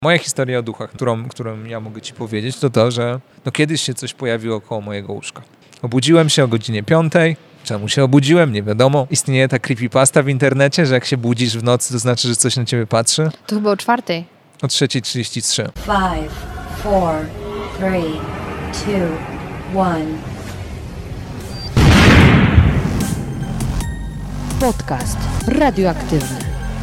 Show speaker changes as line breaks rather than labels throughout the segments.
Moja historia o duchach, którą ja mogę ci powiedzieć, to to, że kiedyś się coś pojawiło koło mojego łóżka. Obudziłem się o godzinie 5. Czemu się obudziłem? Nie wiadomo. Istnieje ta creepypasta w internecie, że jak się budzisz w nocy, to znaczy, że coś na ciebie patrzy.
To chyba o 4:00.
O 3:33.
5, 4, 3, 2, 1.
Podcast radioaktywny.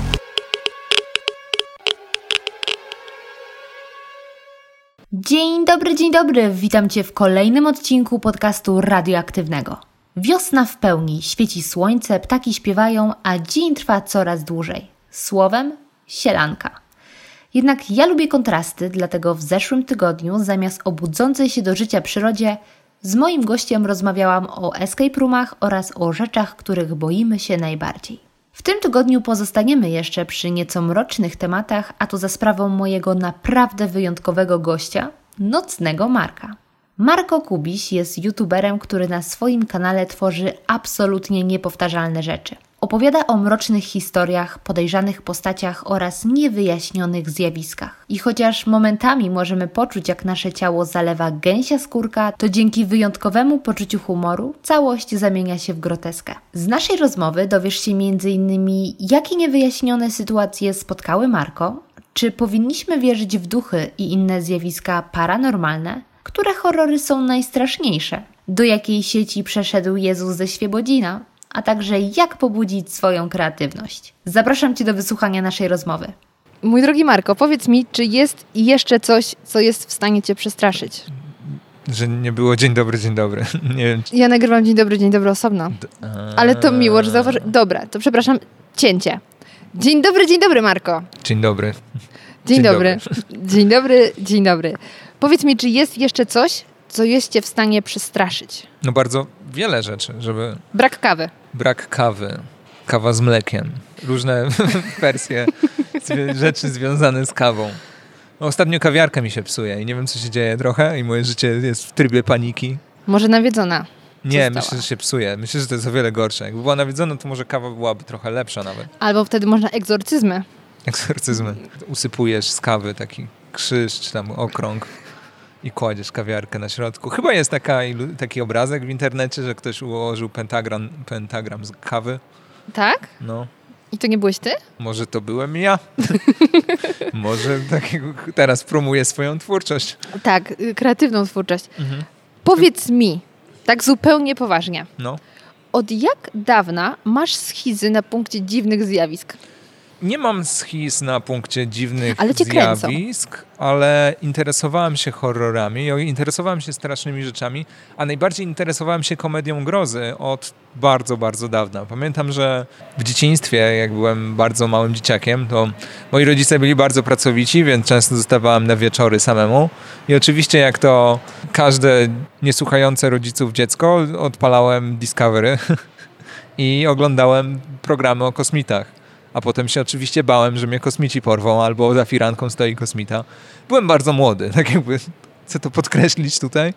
Dzień dobry, witam Cię w kolejnym odcinku podcastu radioaktywnego. Wiosna w pełni, świeci słońce, ptaki śpiewają, a dzień trwa coraz dłużej. Słowem, sielanka. Jednak ja lubię kontrasty, dlatego w zeszłym tygodniu zamiast o budzącej się do życia przyrodzie z moim gościem rozmawiałam o escape roomach oraz o rzeczach, których boimy się najbardziej. W tym tygodniu pozostaniemy jeszcze przy nieco mrocznych tematach, a to za sprawą mojego naprawdę wyjątkowego gościa, Nocnego Marka. Marko Kubiś jest youtuberem, który na swoim kanale tworzy absolutnie niepowtarzalne rzeczy. Opowiada o mrocznych historiach, podejrzanych postaciach oraz niewyjaśnionych zjawiskach. I chociaż momentami możemy poczuć, jak nasze ciało zalewa gęsia skórka, to dzięki wyjątkowemu poczuciu humoru całość zamienia się w groteskę. Z naszej rozmowy dowiesz się m.in. jakie niewyjaśnione sytuacje spotkały Marko, czy powinniśmy wierzyć w duchy i inne zjawiska paranormalne, które horrory są najstraszniejsze, do jakiej sieci przeszedł Jezus ze Świebodzina, a także jak pobudzić swoją kreatywność. Zapraszam Cię do wysłuchania naszej rozmowy. Mój drogi Marko, powiedz mi, czy jest jeszcze coś, co jest w stanie Cię przestraszyć?
Że nie było dzień dobry. Nie wiem.
Ja nagrywam dzień dobry osobno. Ale to miło, że zauważyłeś. Dobra, to przepraszam, cięcie. Dzień dobry, Marko.
Dzień dobry.
Dzień dobry. Powiedz mi, czy jest jeszcze coś, co jest Cię w stanie przestraszyć?
No bardzo wiele rzeczy, żeby...
Brak kawy.
Kawa z mlekiem. Różne wersje rzeczy związane z kawą. No, ostatnio kawiarka mi się psuje i nie wiem, co się dzieje trochę i moje życie jest w trybie paniki.
Może nawiedzona?
Nie, myślę, że się psuje. Myślę, że to jest o wiele gorsze. Jakby była nawiedzona, to może kawa byłaby trochę lepsza nawet.
Albo wtedy można egzorcyzmy.
Usypujesz z kawy taki krzyż czy tam okrąg i kładziesz kawiarkę na środku. Chyba jest taki obrazek w internecie, że ktoś ułożył pentagram z kawy.
Tak?
No.
I to nie byłeś ty?
Może to byłem ja. Może teraz promuję swoją twórczość.
Tak, kreatywną twórczość. Mhm. Powiedz mi, tak zupełnie poważnie.
No.
Od jak dawna masz schizy na punkcie dziwnych zjawisk?
Nie mam schiz na punkcie dziwnych
zjawisk,
ale interesowałem się horrorami, interesowałem się strasznymi rzeczami, a najbardziej interesowałem się komedią grozy od bardzo, bardzo dawna. Pamiętam, że w dzieciństwie, jak byłem bardzo małym dzieciakiem, to moi rodzice byli bardzo pracowici, więc często zostawałem na wieczory samemu. I oczywiście, jak to każde niesłuchające rodziców dziecko, odpalałem Discovery i oglądałem programy o kosmitach. A potem się oczywiście bałem, że mnie kosmici porwą albo za firanką stoi kosmita. Byłem bardzo młody, tak jakby chcę to podkreślić tutaj.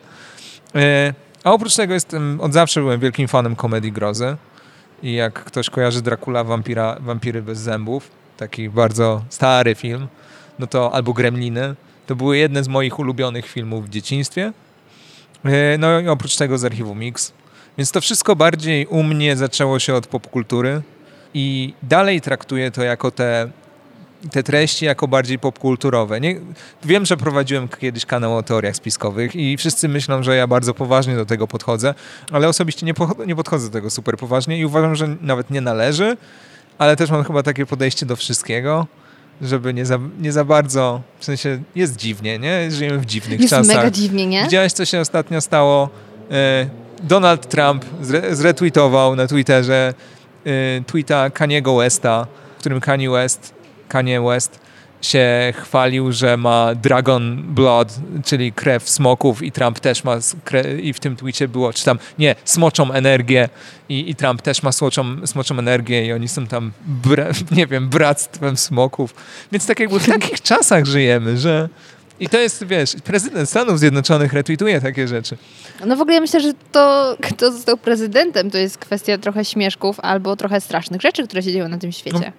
A oprócz tego od zawsze byłem wielkim fanem komedii grozy. I jak ktoś kojarzy Dracula, Wampiry bez zębów, taki bardzo stary film, no to albo Gremliny, to były jedne z moich ulubionych filmów w dzieciństwie. No i oprócz tego z archiwum Mix. Więc to wszystko bardziej u mnie zaczęło się od popkultury. I dalej traktuję to jako te treści jako bardziej popkulturowe. Wiem, że prowadziłem kiedyś kanał o teoriach spiskowych i wszyscy myślą, że ja bardzo poważnie do tego podchodzę, ale osobiście nie podchodzę do tego super poważnie i uważam, że nawet nie należy, ale też mam chyba takie podejście do wszystkiego, żeby nie za bardzo, w sensie jest dziwnie, nie? Żyjemy w dziwnych czasach.
Jest mega dziwnie, nie?
Widziałeś, co się ostatnio stało? Donald Trump zretweetował na Twitterze tweeta Kaniego Westa, w którym Kanye West się chwalił, że ma dragon blood, czyli krew smoków i Trump też ma i w tym tweetie było, czy tam, nie, smoczą energię i Trump też ma smoczą energię i oni są tam, bractwem smoków. Więc tak jakby w takich czasach żyjemy, że i to jest, wiesz, prezydent Stanów Zjednoczonych retweetuje takie rzeczy.
No w ogóle ja myślę, że to, kto został prezydentem, to jest kwestia trochę śmieszków albo trochę strasznych rzeczy, które się dzieją na tym świecie.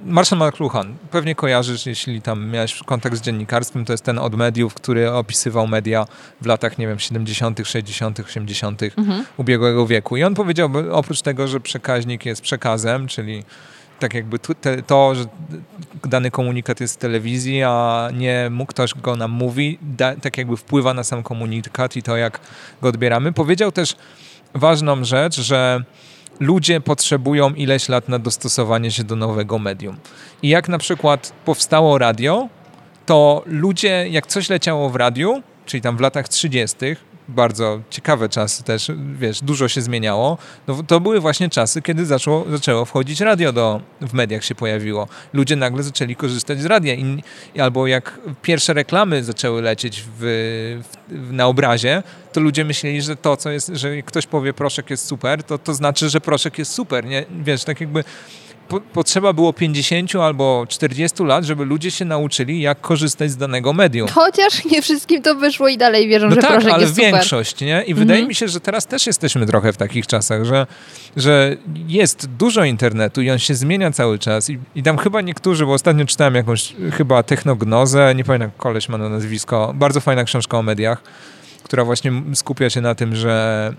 Marshall McLuhan, pewnie kojarzysz, jeśli tam miałeś kontakt z dziennikarstwem, to jest ten od mediów, który opisywał media w latach, 70., 60., 80. ubiegłego wieku. I on powiedział, oprócz tego, że przekaźnik jest przekazem, czyli tak jakby to, że dany komunikat jest z telewizji, a nie ktoś go nam mówi, tak jakby wpływa na sam komunikat i to, jak go odbieramy. Powiedział też ważną rzecz, że ludzie potrzebują ileś lat na dostosowanie się do nowego medium. I jak na przykład powstało radio, to ludzie, jak coś leciało w radiu, czyli tam w latach 30., bardzo ciekawe czasy też, dużo się zmieniało, no to były właśnie czasy, kiedy zaczęło wchodzić radio w mediach się pojawiło. Ludzie nagle zaczęli korzystać z radia albo jak pierwsze reklamy zaczęły lecieć na obrazie, to ludzie myśleli, że to, co jest, że ktoś powie proszek jest super, to znaczy, że proszek jest super, nie? Tak jakby potrzeba było 50 albo 40 lat, żeby ludzie się nauczyli, jak korzystać z danego medium.
Chociaż nie wszystkim to wyszło i dalej wierzą, że proszek
ale
jest super.
większość, nie? I wydaje mi się, że teraz też jesteśmy trochę w takich czasach, że jest dużo internetu i on się zmienia cały czas. I tam chyba niektórzy, bo ostatnio czytałem jakąś chyba technognozę, nie pamiętam, koleś ma na nazwisko, bardzo fajna książka o mediach, która właśnie skupia się na tym, że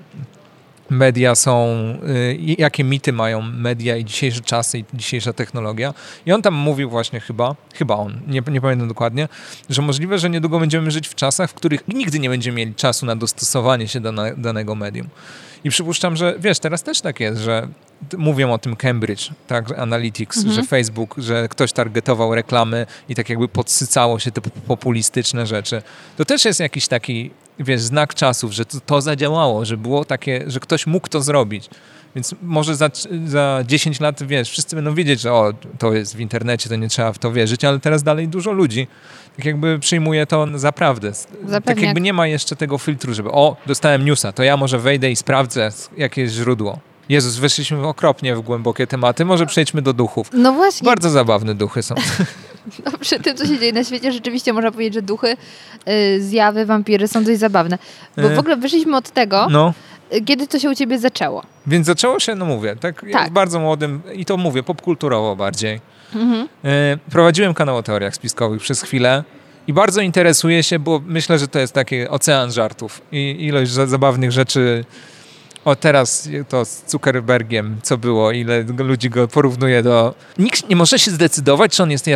media są, jakie mity mają media i dzisiejsze czasy i dzisiejsza technologia. I on tam mówił właśnie chyba on, nie pamiętam dokładnie, że możliwe, że niedługo będziemy żyć w czasach, w których nigdy nie będziemy mieli czasu na dostosowanie się do danego medium. I przypuszczam, że teraz też tak jest, że mówią o tym Cambridge, tak, Analytics, że Facebook, że ktoś targetował reklamy i tak jakby podsycało się te populistyczne rzeczy. To też jest jakiś taki, znak czasów, że to zadziałało, że było takie, że ktoś mógł to zrobić. Więc może za 10 lat, wszyscy będą wiedzieć, że to jest w internecie, to nie trzeba w to wierzyć, ale teraz dalej dużo ludzi tak jakby przyjmuje to za prawdę. Tak jakby nie ma jeszcze tego filtru, żeby dostałem newsa, to ja może wejdę i sprawdzę, jakie jest źródło. Jezus, weszliśmy okropnie w głębokie tematy, może przejdźmy do duchów.
No właśnie.
Bardzo zabawne duchy są.
No, przy tym, co się dzieje na świecie, rzeczywiście można powiedzieć, że duchy, zjawy, wampiry są dość zabawne. Bo w ogóle wyszliśmy od tego, kiedy to się u ciebie zaczęło.
Więc zaczęło się, mówię, tak. Jak bardzo młodym, i to mówię, popkulturowo bardziej. Prowadziłem kanał o teoriach spiskowych przez chwilę i bardzo interesuję się, bo myślę, że to jest taki ocean żartów i ilość zabawnych rzeczy. Teraz to z Zuckerbergiem, co było, ile ludzi go porównuje do... Nikt nie może się zdecydować, czy on jest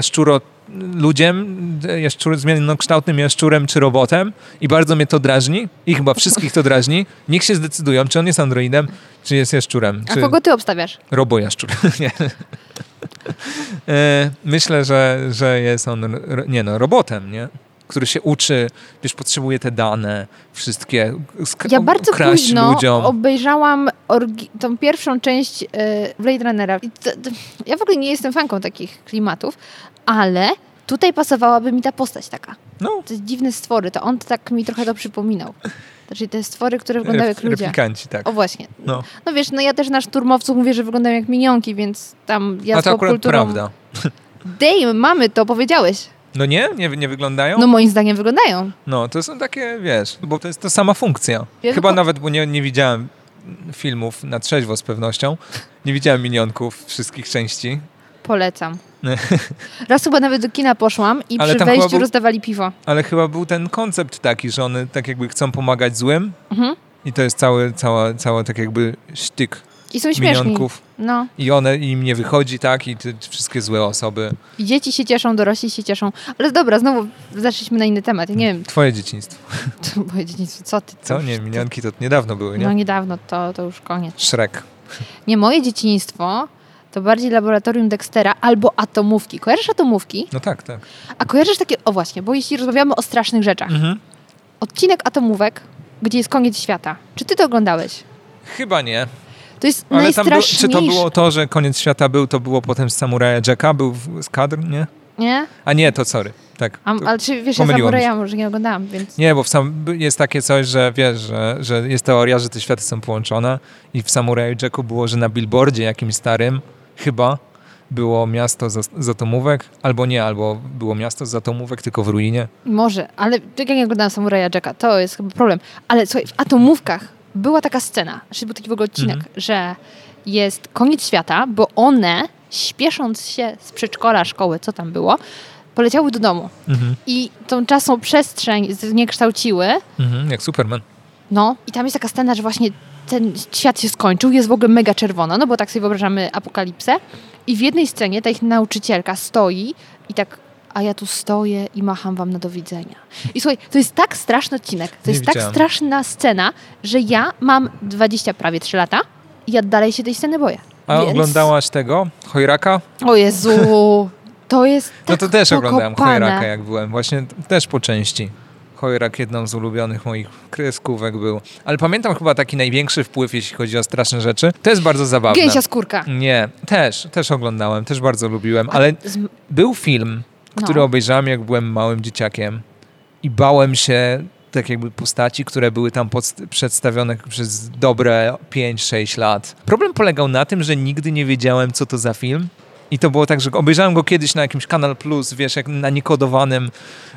zmiennokształtnym jaszczurem, czy robotem i bardzo mnie to drażni i chyba wszystkich to drażni. Niech się zdecydują, czy on jest androidem, czy jest jaszczurem.
A kogo ty obstawiasz?
Robojaszczur. Nie. Myślę, że jest on robotem, nie? Który się uczy, potrzebuje te dane, wszystkie,
ja bardzo późno
ludziom.
Obejrzałam tą pierwszą część Blade Runnera. Ja w ogóle nie jestem fanką takich klimatów, ale tutaj pasowałaby mi ta postać taka. To jest dziwne stwory, to on tak mi trochę to przypominał. Znaczy te stwory, które wyglądają jak ludzie.
Replikanci, tak.
O właśnie. Ja też na szturmowców mówię, że wyglądają jak minionki, więc tam ja
z popkulturą... A to akurat prawda.
Mamy to, powiedziałeś.
No nie wyglądają?
No moim zdaniem wyglądają.
No to są takie, bo to jest to sama funkcja. Chyba nawet, bo nie widziałem filmów na trzeźwo z pewnością. Nie widziałem minionków wszystkich części.
Polecam. Raz chyba nawet do kina poszłam i przy wejściu rozdawali piwo. Ale
chyba był ten koncept taki, że one tak jakby chcą pomagać złym i to jest cały tak jakby sztyk.
I są śmieszni.
Minionków. I im nie wychodzi, tak? I te wszystkie złe osoby.
I dzieci się cieszą, dorośli się cieszą. Ale dobra, znowu zeszliśmy na inny temat. Ja nie wiem.
Twoje dzieciństwo.
Moje dzieciństwo. Co ty?
Co? Nie, minionki to niedawno były, nie?
No niedawno, to już koniec.
Shrek.
Nie, moje dzieciństwo to bardziej laboratorium Dextera albo atomówki. Kojarzysz atomówki?
No tak.
A kojarzysz takie, właśnie, bo jeśli rozmawiamy o strasznych rzeczach. Odcinek atomówek, gdzie jest koniec świata. Czy ty to oglądałeś?
Chyba nie.
To jest najstraszniejsze.
Czy to było to, że koniec świata to było potem z Samuraja Jacka? Był z kadr, nie?
Nie?
A nie, to sorry. Tak.
Ale czy wiesz, ja Samuraja może nie oglądałam, więc...
Nie, bo jest takie coś, że wiesz, że jest teoria, że te światy są połączone i w Samuraju Jacku było, że na billboardzie jakimś starym chyba było miasto z atomówek, albo było miasto z atomówek, tylko w ruinie.
Może, ale tak jak nie oglądałam Samuraja Jacka, to jest chyba problem. Ale słuchaj, w atomówkach była taka scena, był taki w ogóle odcinek, że jest koniec świata, bo one śpiesząc się z przedszkola, szkoły, co tam było, poleciały do domu. I tą czasową przestrzeń zniekształciły.
Jak Superman.
No i tam jest taka scena, że właśnie ten świat się skończył, jest w ogóle mega czerwono, no bo tak sobie wyobrażamy apokalipsę. I w jednej scenie ta ich nauczycielka stoi i tak, a ja tu stoję i macham wam na do widzenia. I słuchaj, to jest tak straszny odcinek, to jest tak straszna scena, że ja mam prawie 3 lata i ja dalej się tej sceny boję.
A oglądałaś tego? Chojraka?
O Jezu, to jest tak
No to też oglądałem
pokopane.
Chojraka, jak byłem. Właśnie też po części. Chojrak jedną z ulubionych moich kreskówek był. Ale pamiętam chyba taki największy wpływ, jeśli chodzi o straszne rzeczy. To jest bardzo zabawne.
Gęsia skórka.
Nie, też oglądałem, też bardzo lubiłem, ale był film, który obejrzałem, jak byłem małym dzieciakiem i bałem się tak jakby postaci, które były tam przedstawione przez dobre 5-6 lat. Problem polegał na tym, że nigdy nie wiedziałem, co to za film. I to było tak, że obejrzałem go kiedyś na jakimś Kanal Plus, wiesz, jak na niekodowanym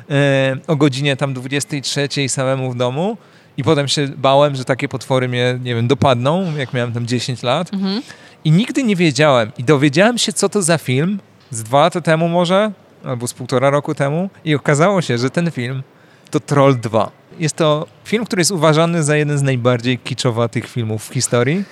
o godzinie tam 23 samemu w domu. I potem się bałem, że takie potwory mnie, nie wiem, dopadną, jak miałem tam 10 lat. I nigdy nie wiedziałem. I dowiedziałem się, co to za film z 2 lata temu może, albo z 1,5 roku temu. I okazało się, że ten film to Troll 2. Jest to film, który jest uważany za jeden z najbardziej kiczowatych filmów w historii.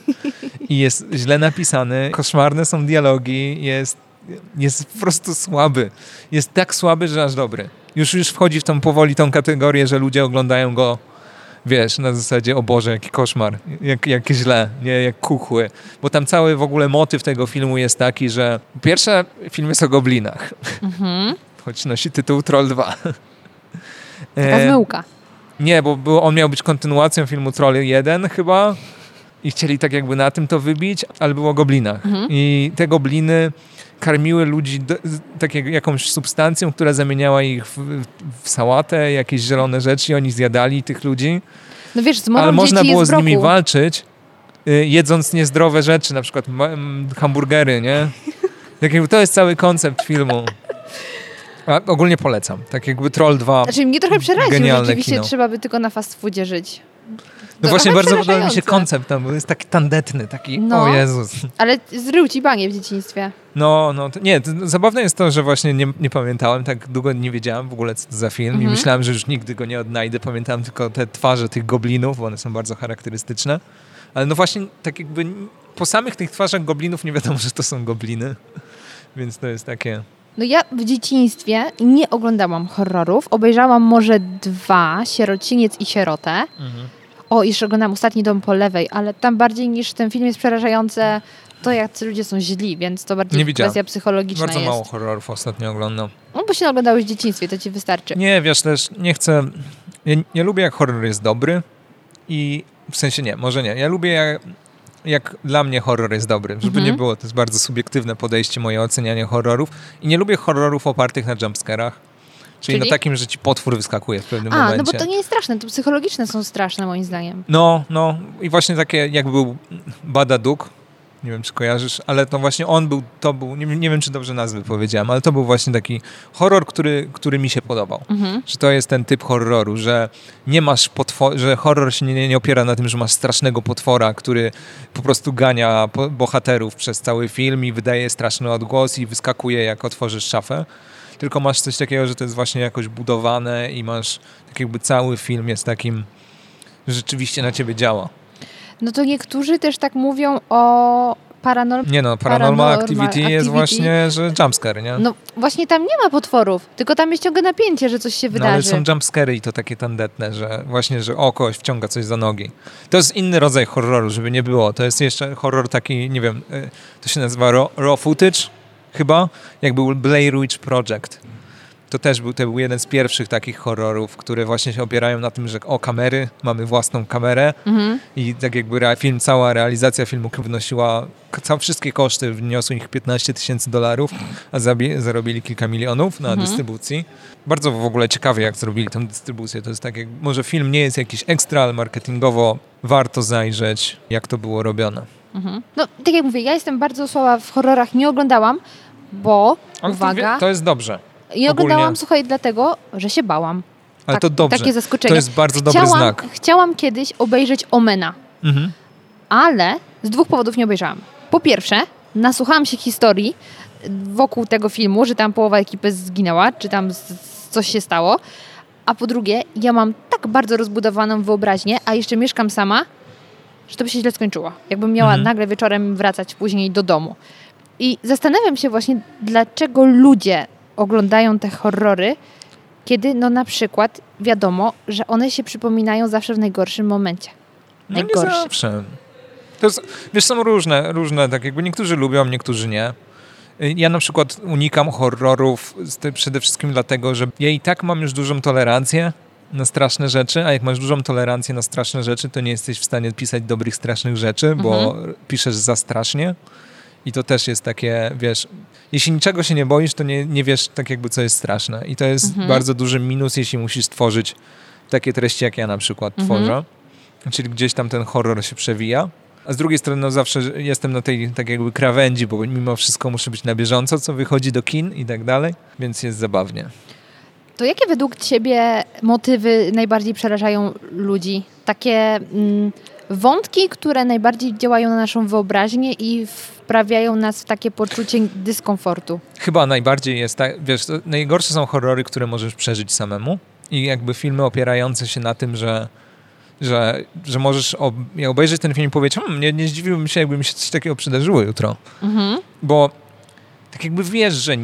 I jest źle napisany, koszmarne są dialogi, jest po prostu słaby. Jest tak słaby, że aż dobry. Już wchodzi w powoli tą kategorię, że ludzie oglądają go, wiesz, na zasadzie, o Boże, jaki koszmar, jak źle, nie, jak kuchły. Bo tam cały w ogóle motyw tego filmu jest taki, że pierwszy film jest o goblinach. Choć nosi tytuł Troll 2.
Taka zmyłka.
Nie, bo on miał być kontynuacją filmu Troll 1 chyba i chcieli tak jakby na tym to wybić, ale było o goblinach. I te gobliny karmiły ludzi jakąś substancją, która zamieniała ich w sałatę, jakieś zielone rzeczy i oni zjadali tych ludzi.
No wiesz,
ale można było z nimi walczyć, jedząc niezdrowe rzeczy, na przykład hamburgery, nie? To jest cały koncept filmu. A ogólnie polecam. Tak jakby Troll 2.
Znaczy mnie trochę przeraził, że rzeczywiście
kino.
Trzeba by tylko na fast foodzie żyć.
No właśnie bardzo podoba mi się koncept tam, bo jest taki tandetny, taki, o Jezus.
Ale zrył ci banie w dzieciństwie.
Zabawne jest to, że właśnie nie pamiętałem, tak długo nie wiedziałem w ogóle, co to za film i myślałem, że już nigdy go nie odnajdę. Pamiętałem tylko te twarze tych goblinów, bo one są bardzo charakterystyczne. Ale no właśnie tak jakby po samych tych twarzach goblinów nie wiadomo, że to są gobliny. Więc to jest takie...
No ja w dzieciństwie nie oglądałam horrorów. Obejrzałam może 2, Sierociniec i Sierotę. O, jeszcze oglądam Ostatni dom po lewej, ale tam bardziej niż ten film jest przerażające to, jak ci ludzie są źli, więc to bardziej kwestia psychologiczna
bardzo
jest.
Mało horrorów ostatnio oglądam.
No bo się oglądałeś w dzieciństwie, to ci wystarczy.
Nie, wiesz, też nie chcę... Ja nie lubię, jak horror jest dobry i w sensie nie, może nie. Ja lubię, jak dla mnie horror jest dobry. Żeby nie było, to jest bardzo subiektywne podejście moje ocenianie horrorów. I nie lubię horrorów opartych na jumpscarach. Czyli na takim, że ci potwór wyskakuje w pewnym momencie.
No bo to nie jest straszne, to psychologiczne są straszne moim zdaniem.
No i właśnie takie jak był Babadook, nie wiem czy kojarzysz, ale to właśnie to był, nie wiem czy dobrze nazwy powiedziałem, ale to był właśnie taki horror, który mi się podobał. Że to jest ten typ horroru, że nie masz że horror się nie opiera na tym, że masz strasznego potwora, który po prostu gania bohaterów przez cały film i wydaje straszny odgłos i wyskakuje jak otworzysz szafę. Tylko masz coś takiego, że to jest właśnie jakoś budowane i masz tak jakby cały film jest takim, że rzeczywiście na ciebie działa.
No to niektórzy też tak mówią o
Paranormal Activity jest właśnie, że jumpscare, nie?
No właśnie tam nie ma potworów, tylko tam jest ciągle napięcie, że coś się wydarzy.
No ale są jumpscary i to takie tandetne, że właśnie, że kogoś wciąga coś za nogi. To jest inny rodzaj horroru, żeby nie było. To jest jeszcze horror taki, nie wiem, to się nazywa raw footage chyba, jak był Blair Witch Project. To był jeden z pierwszych takich horrorów, które właśnie się opierają na tym, że kamery, mamy własną kamerę i tak jakby cała realizacja filmu wynosiła, wszystkie koszty wyniosły ich $15,000, a zarobili kilka milionów na dystrybucji. Bardzo w ogóle ciekawie, jak zrobili tę dystrybucję. To jest tak, jak może film nie jest jakiś ekstra, ale marketingowo warto zajrzeć, jak to było robione.
No, tak jak mówię, ja jestem bardzo słaba w horrorach, nie oglądałam, bo, uwaga...
To jest dobrze.
Nie oglądałam, słuchaj, dlatego, że się bałam.
Ale to dobrze.
Takie zaskoczenie.
To jest bardzo dobry znak.
Chciałam kiedyś obejrzeć Omena, ale z 2 powodów nie obejrzałam. Po pierwsze, nasłuchałam się historii wokół tego filmu, że tam połowa ekipy zginęła, czy tam coś się stało. A po drugie, ja mam tak bardzo rozbudowaną wyobraźnię, a jeszcze mieszkam sama, że to by się źle skończyło. Jakbym miała nagle wieczorem wracać później do domu. I zastanawiam się właśnie, dlaczego ludzie oglądają te horrory, kiedy no na przykład wiadomo, że one się przypominają zawsze w najgorszym momencie.
No nie zawsze. To jest, wiesz, są różne, tak jakby niektórzy lubią, niektórzy nie. Ja na przykład unikam horrorów przede wszystkim dlatego, że ja i tak mam już dużą tolerancję na straszne rzeczy, a jak masz dużą tolerancję na straszne rzeczy, to nie jesteś w stanie pisać dobrych, strasznych rzeczy, bo piszesz za strasznie. I to też jest takie, wiesz, jeśli niczego się nie boisz, to nie wiesz tak jakby, co jest straszne. I to jest bardzo duży minus, jeśli musisz tworzyć takie treści, jak ja na przykład tworzę. Czyli gdzieś tam ten horror się przewija. A z drugiej strony no zawsze jestem na tej tak jakby krawędzi, bo mimo wszystko muszę być na bieżąco, co wychodzi do kin i tak dalej, więc jest zabawnie.
To jakie według ciebie motywy najbardziej przerażają ludzi? Takie wątki, które najbardziej działają na naszą wyobraźnię i wprawiają nas w takie poczucie dyskomfortu?
Chyba najbardziej jest tak, wiesz, najgorsze są horrory, które możesz przeżyć samemu i jakby filmy opierające się na tym, że możesz obejrzeć ten film i powiedzieć, nie zdziwiłbym się, jakby mi się coś takiego przydarzyło jutro. Bo tak jakby wiesz, że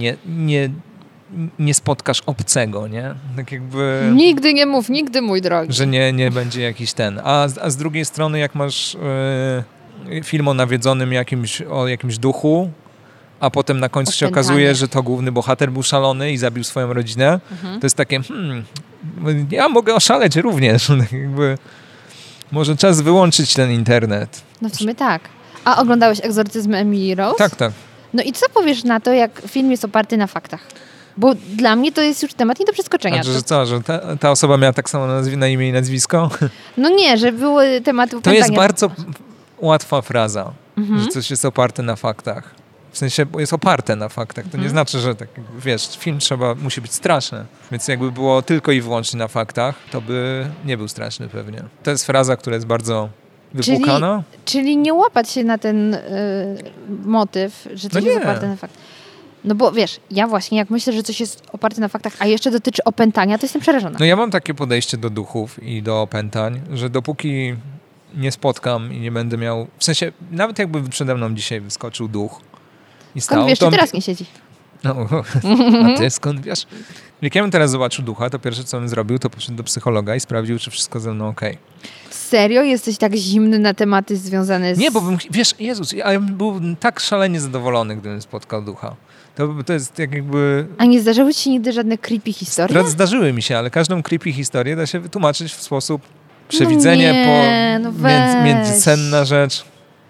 nie spotkasz obcego, nie? Tak jakby...
Nigdy nie mów, nigdy, mój drogi.
Że nie będzie jakiś ten. A z drugiej strony, jak masz film o nawiedzonym jakimś duchu, a potem na końcu się okazuje, że to główny bohater był szalony i zabił swoją rodzinę, to jest takie, ja mogę oszaleć również. Tak jakby, może czas wyłączyć ten internet.
No w sumie tak. A oglądałeś Egzorcyzm Emily Rose?
Tak.
No i co powiesz na to, jak film jest oparty na faktach? Bo dla mnie to jest już temat nie do przeskoczenia.
Że co, że ta osoba miała tak samo na imię i nazwisko?
No nie, że były tematy
To jest bardzo łatwa fraza, że coś jest oparte na faktach. W sensie jest oparte na faktach. To nie znaczy, że tak, wiesz, film musi być straszny. Więc jakby było tylko i wyłącznie na faktach, to by nie był straszny pewnie. To jest fraza, która jest bardzo wypłukana.
Czyli nie łapać się na ten motyw, że coś jest oparte na faktach. No bo wiesz, ja właśnie jak myślę, że coś jest oparte na faktach, a jeszcze dotyczy opętania, to jestem przerażona.
No ja mam takie podejście do duchów i do opętań, że dopóki nie spotkam i nie będę miał... W sensie, nawet jakby przede mną dzisiaj wyskoczył duch i stał...
Skąd wiesz, czy teraz nie siedzi?
No, a ty skąd wiesz? Jak ja bym teraz zobaczył ducha, to pierwsze, co bym zrobił, to poszedł do psychologa i sprawdził, czy wszystko ze mną okej.
Serio? Jesteś tak zimny na tematy związane z...
Nie, bo wiesz, Jezus, ja bym był tak szalenie zadowolony, gdybym spotkał ducha. To jest jak jakby...
A nie zdarzyły ci się nigdy żadne creepy historie?
Zdarzyły mi się, ale każdą creepy historię da się wytłumaczyć w sposób przewidzenie, międzysenna rzecz.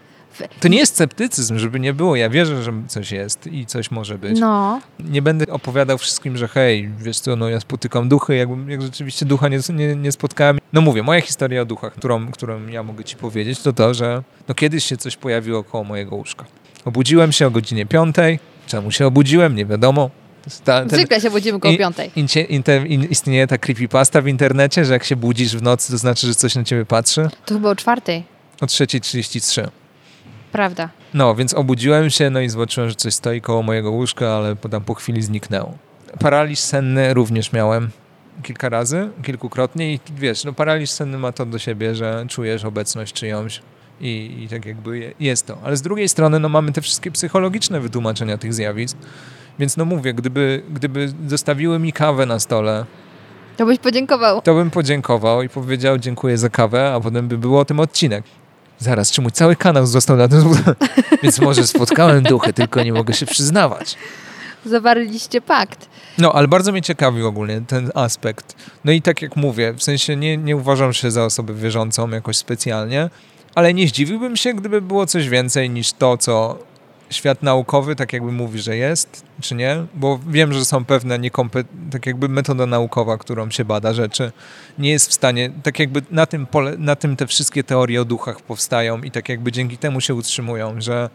To nie jest sceptycyzm, żeby nie było. Ja wierzę, że coś jest i coś może być.
No.
Nie będę opowiadał wszystkim, że hej, wiesz co, no ja spotykam duchy, jak rzeczywiście ducha nie spotkałem. No mówię, moja historia o duchach, którą ja mogę ci powiedzieć, to, że no kiedyś się coś pojawiło koło mojego łóżka. Obudziłem się o godzinie 5. Czemu się obudziłem? Nie wiadomo.
Zwykle się budzimy koło 5.
Istnieje ta creepypasta w internecie, że jak się budzisz w nocy, to znaczy, że coś na ciebie patrzy?
To chyba o 4.
O 3:33.
Prawda.
No, więc obudziłem się, no i zobaczyłem, że coś stoi koło mojego łóżka, ale potem po chwili zniknęło. Paraliż senny również miałem kilka razy, kilkukrotnie i wiesz, no paraliż senny ma to do siebie, że czujesz obecność czyjąś i tak jakby jest to. Ale z drugiej strony, no mamy te wszystkie psychologiczne wytłumaczenia tych zjawisk, więc no mówię, gdyby zostawiły mi kawę na stole,
to byś podziękował.
To bym podziękował i powiedział dziękuję za kawę, a potem by było o tym odcinek. Zaraz, czy mój cały kanał został na tym? Więc może spotkałem duchy, tylko nie mogę się przyznawać.
Zawarliście pakt.
No, ale bardzo mnie ciekawi ogólnie ten aspekt. No i tak jak mówię, w sensie nie uważam się za osobę wierzącą jakoś specjalnie, ale nie zdziwiłbym się, gdyby było coś więcej niż to, co świat naukowy tak jakby mówi, że jest, czy nie, bo wiem, że są pewne tak jakby metoda naukowa, którą się bada rzeczy, nie jest w stanie, tak jakby na tym te wszystkie teorie o duchach powstają i tak jakby dzięki temu się utrzymują, że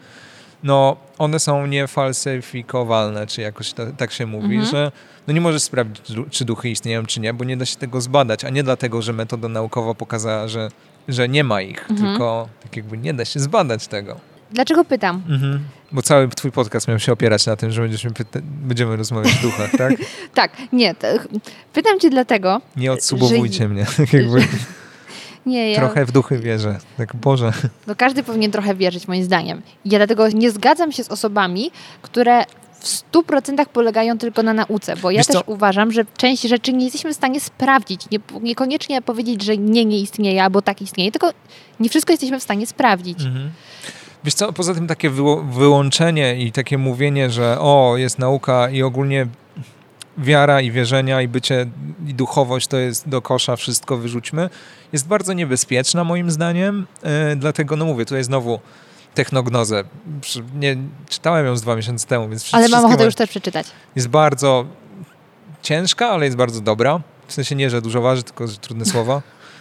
no one są niefalsyfikowalne, czy jakoś tak się mówi, że no nie możesz sprawdzić, czy duchy istnieją, czy nie, bo nie da się tego zbadać, a nie dlatego, że metoda naukowa pokazała, że nie ma ich, tylko tak jakby nie da się zbadać tego.
Dlaczego pytam?
Bo cały twój podcast miał się opierać na tym, że będziemy rozmawiać w duchach, tak?
Tak, nie. Pytam cię dlatego...
Nie odsubowujcie mnie. Jakby
nie,
trochę w duchy wierzę. Tak, Boże.
No każdy powinien trochę wierzyć, moim zdaniem. Ja dlatego nie zgadzam się z osobami, które w 100% polegają tylko na nauce, bo ja też uważam, że część rzeczy nie jesteśmy w stanie sprawdzić. Niekoniecznie powiedzieć, że nie istnieje, albo tak istnieje, tylko nie wszystko jesteśmy w stanie sprawdzić.
Wiesz co, poza tym takie wyłączenie i takie mówienie, że jest nauka i ogólnie wiara i wierzenia i bycie i duchowość to jest do kosza, wszystko wyrzućmy, jest bardzo niebezpieczna moim zdaniem. Dlatego, mówię, tutaj znowu technognozę. Nie, czytałem ją z 2 miesiące temu, więc
ale mam ochotę już też przeczytać.
Jest bardzo ciężka, ale jest bardzo dobra. W sensie nie, że dużo waży, tylko że trudne słowa.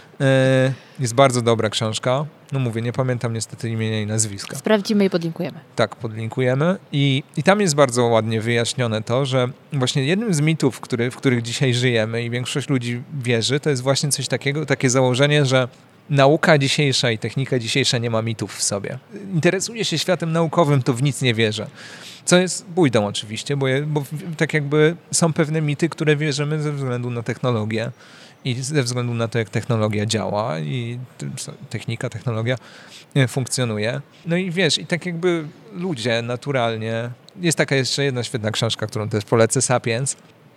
Jest bardzo dobra książka. Mówię, nie pamiętam niestety imienia i nazwiska.
Sprawdzimy i podlinkujemy.
Tak, podlinkujemy. I tam jest bardzo ładnie wyjaśnione to, że właśnie jednym z mitów, w których dzisiaj żyjemy i większość ludzi wierzy, to jest właśnie coś takiego, takie założenie, że nauka dzisiejsza i technika dzisiejsza nie ma mitów w sobie. Interesuje się światem naukowym, to w nic nie wierzę. Co jest bójdą oczywiście, bo tak jakby są pewne mity, które wierzymy ze względu na technologię i ze względu na to, jak technologia działa i technologia funkcjonuje. No i wiesz, i tak jakby ludzie naturalnie... Jest taka jeszcze jedna świetna książka, którą też polecę, Sapiens,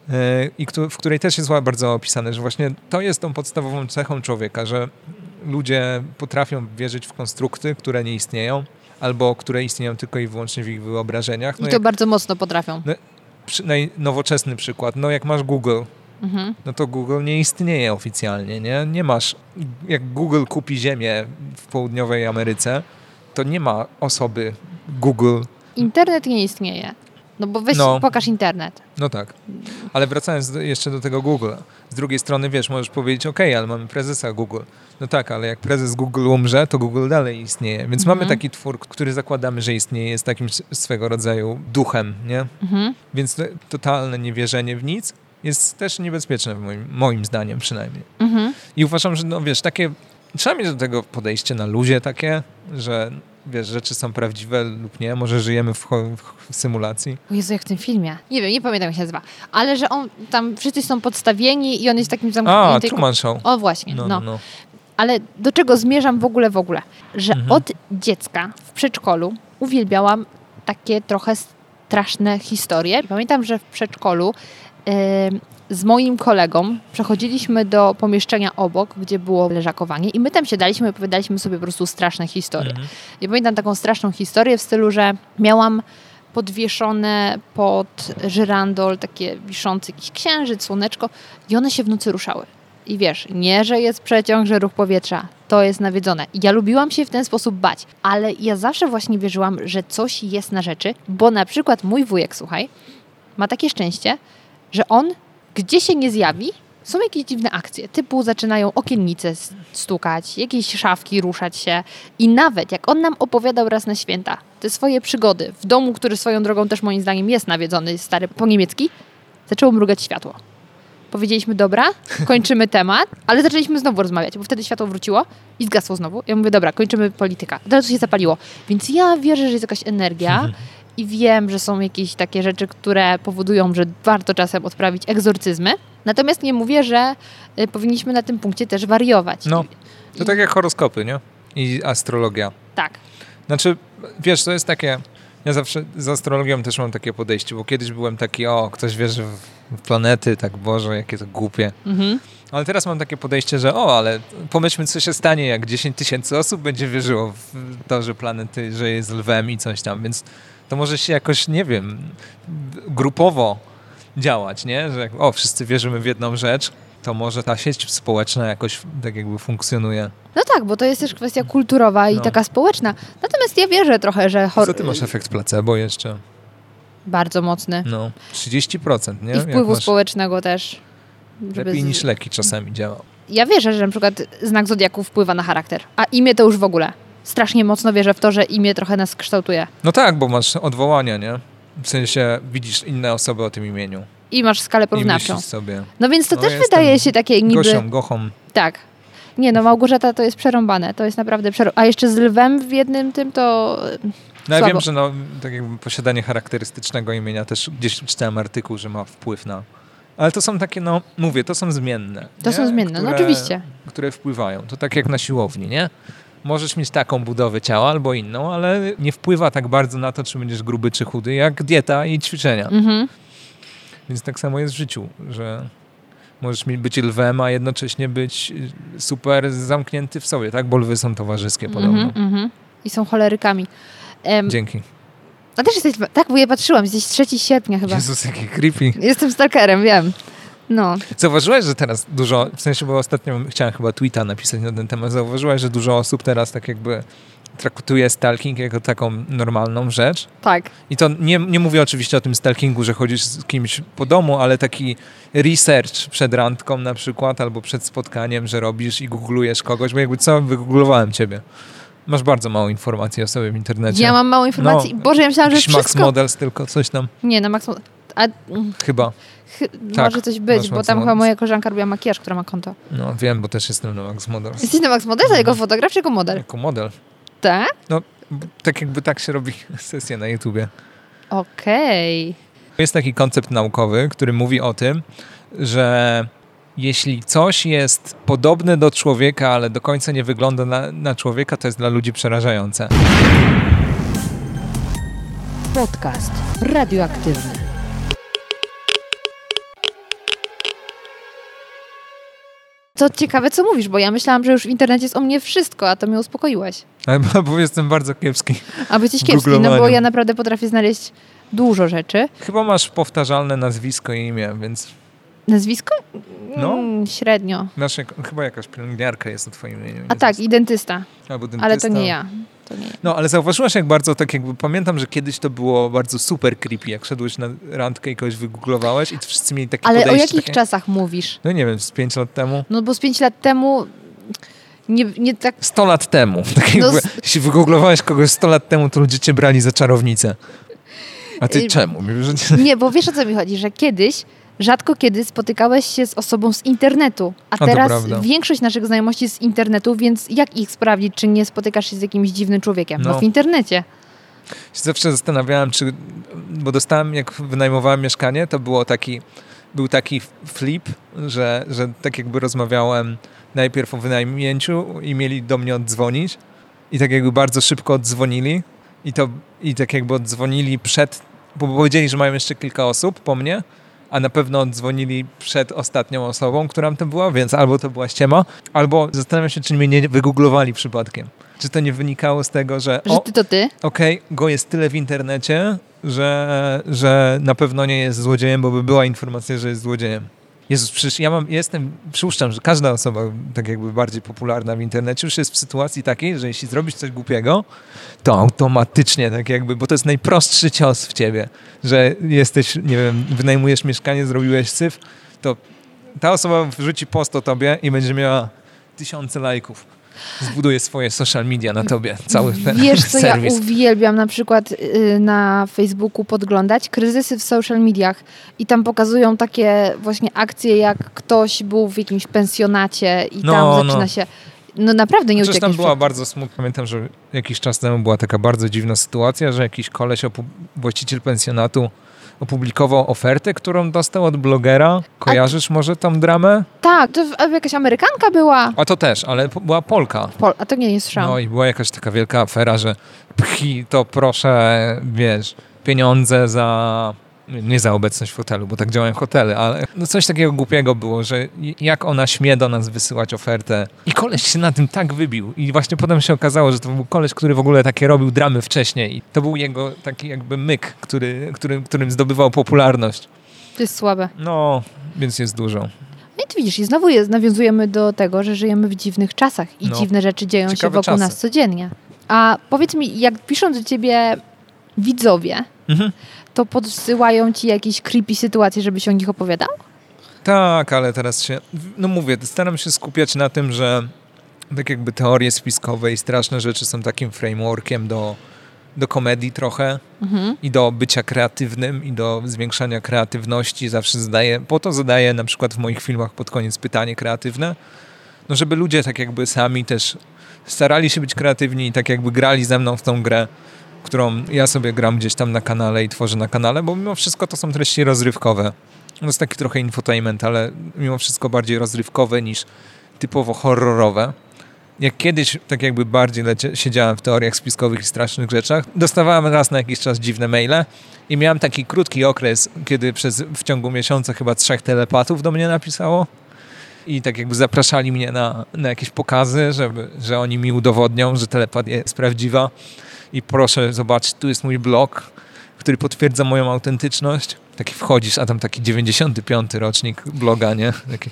i w której też jest bardzo opisane, że właśnie to jest tą podstawową cechą człowieka, że ludzie potrafią wierzyć w konstrukty, które nie istnieją, albo które istnieją tylko i wyłącznie w ich wyobrażeniach.
I to bardzo mocno potrafią.
Nowoczesny przykład. Jak masz Google, no to Google nie istnieje oficjalnie, nie? Nie masz, jak Google kupi ziemię w południowej Ameryce, to nie ma osoby Google.
Internet nie istnieje. No bo pokaż internet.
No tak. Ale wracając jeszcze do tego Google. Z drugiej strony, wiesz, możesz powiedzieć, ale mamy prezesa Google. No tak, ale jak prezes Google umrze, to Google dalej istnieje. Więc mamy taki twór, który zakładamy, że istnieje, jest takim swego rodzaju duchem, nie? Więc totalne niewierzenie w nic jest też niebezpieczne, moim zdaniem przynajmniej. I uważam, że takie, trzeba mieć do tego podejście na luzie takie, że wiesz, rzeczy są prawdziwe lub nie, może żyjemy w symulacji.
O Jezu, jak w tym filmie. Nie wiem, nie pamiętam jak się nazywa, ale że on tam wszyscy są podstawieni i on jest takim zamkniętym...
Truman Show.
O właśnie, no. Ale do czego zmierzam w ogóle? Że od dziecka w przedszkolu uwielbiałam takie trochę straszne historie. Pamiętam, że w przedszkolu z moim kolegą przechodziliśmy do pomieszczenia obok, gdzie było leżakowanie i my tam siadaliśmy i opowiadaliśmy sobie po prostu straszne historie. Ja pamiętam taką straszną historię w stylu, że miałam podwieszone pod żyrandol takie wiszące jakiś księżyc, słoneczko i one się w nocy ruszały. I wiesz, nie, że jest przeciąg, że ruch powietrza, to jest nawiedzone. I ja lubiłam się w ten sposób bać, ale ja zawsze właśnie wierzyłam, że coś jest na rzeczy, bo na przykład mój wujek, słuchaj, ma takie szczęście, że on gdzie się nie zjawi, są jakieś dziwne akcje, typu zaczynają okiennice stukać, jakieś szafki ruszać się i nawet jak on nam opowiadał raz na święta te swoje przygody w domu, który swoją drogą też moim zdaniem jest nawiedzony, jest stary po niemiecki, zaczęło mrugać światło. Powiedzieliśmy, dobra, kończymy temat, ale zaczęliśmy znowu rozmawiać, bo wtedy światło wróciło i zgasło znowu. Ja mówię, dobra, kończymy polityka. Od razu się zapaliło. Więc ja wierzę, że jest jakaś energia i wiem, że są jakieś takie rzeczy, które powodują, że warto czasem odprawić egzorcyzmy. Natomiast nie mówię, że powinniśmy na tym punkcie też wariować.
No, to tak jak horoskopy, nie? I astrologia.
Tak.
Znaczy, wiesz, to jest takie... Ja zawsze z astrologią też mam takie podejście, bo kiedyś byłem taki, ktoś wierzy w planety, tak Boże, jakie to głupie. Ale teraz mam takie podejście, że ale pomyślmy, co się stanie, jak 10 000 osób będzie wierzyło w to, że planety, że jest lwem i coś tam, więc to może się jakoś, nie wiem, grupowo działać, nie? Że wszyscy wierzymy w jedną rzecz, to może ta sieć społeczna jakoś tak jakby funkcjonuje. No
tak, bo to jest też kwestia kulturowa i taka społeczna. Natomiast ja wierzę trochę, że...
Co ty masz efekt placebo jeszcze?
Bardzo mocny.
30%, nie?
I wpływu społecznego też.
Lepiej niż leki czasami działa.
Ja wierzę, że na przykład znak zodiaku wpływa na charakter, a imię to już w ogóle. Strasznie mocno wierzę w to, że imię trochę nas kształtuje.
No tak, bo masz odwołania, nie? W sensie widzisz inne osoby o tym imieniu.
I masz skalę porównawczą.
I myślisz sobie.
No więc to też wydaje się takie niby...
Gochą.
Tak. Nie, no Małgorzata to jest przerąbane. To jest naprawdę przerąbane. A jeszcze z lwem w jednym tym to
No ja
słabo.
wiem, że tak jakby posiadanie charakterystycznego imienia też gdzieś czytałem artykuł, że ma wpływ na... Ale to są takie, mówię, to są zmienne.
To
nie?
są zmienne, no oczywiście.
Które wpływają. To tak jak na siłowni, nie? Możesz mieć taką budowę ciała albo inną, ale nie wpływa tak bardzo na to, czy będziesz gruby czy chudy, jak dieta i ćwiczenia. Więc tak samo jest w życiu, że możesz być lwem, a jednocześnie być super zamknięty w sobie, tak? Bo lwy są towarzyskie podobno.
I są cholerykami.
Dzięki.
A też jesteś... Tak, bo ja patrzyłam. Jesteś 3 sierpnia chyba.
Jezus, jaki creepy.
Jestem stalkerem, wiem. No.
Zauważyłaś, że teraz dużo, w sensie, bo ostatnio chciałem chyba tweeta napisać na ten temat, zauważyłaś, że dużo osób teraz tak jakby traktuje stalking jako taką normalną rzecz?
Tak.
I to nie mówię oczywiście o tym stalkingu, że chodzisz z kimś po domu, ale taki research przed randką na przykład, albo przed spotkaniem, że robisz i googlujesz kogoś, bo jakby co, wygooglowałem ciebie. Masz bardzo mało informacji o sobie w internecie.
Ja mam mało informacji. Boże, ja myślałam, że wszystko...
Max Models tylko coś tam.
Nie, na Max Models.
Chyba. Tak,
może coś być, bo tam chyba moja koleżanka robiła makijaż, która ma konto.
No wiem, bo też jestem na Max Models.
Jesteś na Max Models, jako fotograf czy jako model?
Jako model.
Tak?
No, tak jakby tak się robi sesję na YouTubie.
Okej.
Jest taki koncept naukowy, który mówi o tym, że jeśli coś jest podobne do człowieka, ale do końca nie wygląda na człowieka, to jest dla ludzi przerażające.
Podcast radioaktywny.
Co ciekawe, co mówisz, bo ja myślałam, że już w internecie jest o mnie wszystko, a to mnie uspokoiłaś.
Bo jestem bardzo kiepski.
A jesteś kiepski, no bo ja naprawdę potrafię znaleźć dużo rzeczy.
Chyba masz powtarzalne nazwisko i imię, więc...
Nazwisko?
No.
Średnio.
Chyba jakaś pielęgniarka jest o twoim imieniu.
A tak, i dentysta.
Albo dentysta.
Ale to nie ja.
No, ale zauważyłaś, jak bardzo, tak jakby pamiętam, że kiedyś to było bardzo super creepy, jak szedłeś na randkę i kogoś wygooglowałeś i wszyscy mieli takie podejście.
Ale o jakich czasach mówisz?
No nie wiem, z 5 lat temu?
No bo z 5 lat temu nie tak...
100 lat temu. Tak jakby, jeśli wygooglowałeś kogoś 100 lat temu, to ludzie cię brali za czarownicę. A ty czemu?
Nie, bo wiesz, o co mi chodzi, że kiedyś rzadko kiedy spotykałeś się z osobą z internetu, a teraz większość naszych znajomości jest z internetu, więc jak ich sprawdzić, czy nie spotykasz się z jakimś dziwnym człowiekiem? No w internecie.
Się zawsze zastanawiałem, bo dostałem, jak wynajmowałem mieszkanie, to był taki flip, że tak jakby rozmawiałem najpierw o wynajmnięciu i mieli do mnie oddzwonić i tak jakby bardzo szybko oddzwonili i tak jakby oddzwonili bo powiedzieli, że mają jeszcze kilka osób po mnie, a na pewno oddzwonili przed ostatnią osobą, która tam była, więc albo to była ściema, albo zastanawiam się, czy mnie nie wygooglowali przypadkiem. Czy to nie wynikało z tego, że
to ty?
Okej, go jest tyle w internecie, że na pewno nie jest złodziejem, bo by była informacja, że jest złodziejem. Jezus, przecież przypuszczam, że każda osoba tak jakby bardziej popularna w internecie już jest w sytuacji takiej, że jeśli zrobisz coś głupiego, to automatycznie tak jakby, bo to jest najprostszy cios w ciebie, że jesteś, nie wiem, wynajmujesz mieszkanie, zrobiłeś syf, to ta osoba wrzuci post o tobie i będzie miała 1000 lajków. Zbuduje swoje social media na tobie, cały ten
Wiesz, co
serwis.
Ja uwielbiam na przykład na Facebooku podglądać? Kryzysy w social mediach i tam pokazują takie właśnie akcje, jak ktoś był w jakimś pensjonacie i tam zaczyna się... No naprawdę nie uciekniesz.
Tam była bardzo smutna. Pamiętam, że jakiś czas temu była taka bardzo dziwna sytuacja, że jakiś koleś, właściciel pensjonatu, opublikował ofertę, którą dostał od blogera. Kojarzysz może tą dramę?
Tak, to jakaś Amerykanka była.
A to też, ale była Polka.
A to nie słyszałam.
No i była jakaś taka wielka afera, że to proszę, wiesz, pieniądze nie za obecność w hotelu, bo tak działają hotele, ale coś takiego głupiego było, że jak ona śmie do nas wysyłać ofertę. I koleś się na tym tak wybił. I właśnie potem się okazało, że to był koleś, który w ogóle takie robił dramy wcześniej. I to był jego taki jakby myk, którym zdobywał popularność.
To jest słabe.
No, więc jest dużo.
No i ty widzisz, i znowu nawiązujemy do tego, że żyjemy w dziwnych czasach i dziwne rzeczy dzieją się wokół nas codziennie. A powiedz mi, jak piszą do ciebie widzowie, to podsyłają ci jakieś creepy sytuacje, żebyś o nich opowiadał?
Tak, ale teraz mówię, staram się skupiać na tym, że tak jakby teorie spiskowe i straszne rzeczy są takim frameworkiem do komedii trochę i do bycia kreatywnym i do zwiększania kreatywności. Zawsze zadaję na przykład w moich filmach pod koniec pytanie kreatywne. no żeby ludzie tak jakby sami też starali się być kreatywni i tak jakby grali ze mną w tą grę, którą ja sobie gram gdzieś tam na kanale i tworzę na kanale, bo mimo wszystko to są treści rozrywkowe. To jest taki trochę infotainment, ale mimo wszystko bardziej rozrywkowe niż typowo horrorowe. Jak kiedyś tak jakby bardziej siedziałem w teoriach spiskowych i strasznych rzeczach, dostawałem raz na jakiś czas dziwne maile i miałem taki krótki okres, kiedy w ciągu miesiąca chyba 3 telepatów do mnie napisało i tak jakby zapraszali mnie na jakieś pokazy, że oni mi udowodnią, że telepatia jest prawdziwa i proszę zobaczyć, tu jest mój blog, który potwierdza moją autentyczność. Taki wchodzisz, a tam taki 95. rocznik bloga, nie?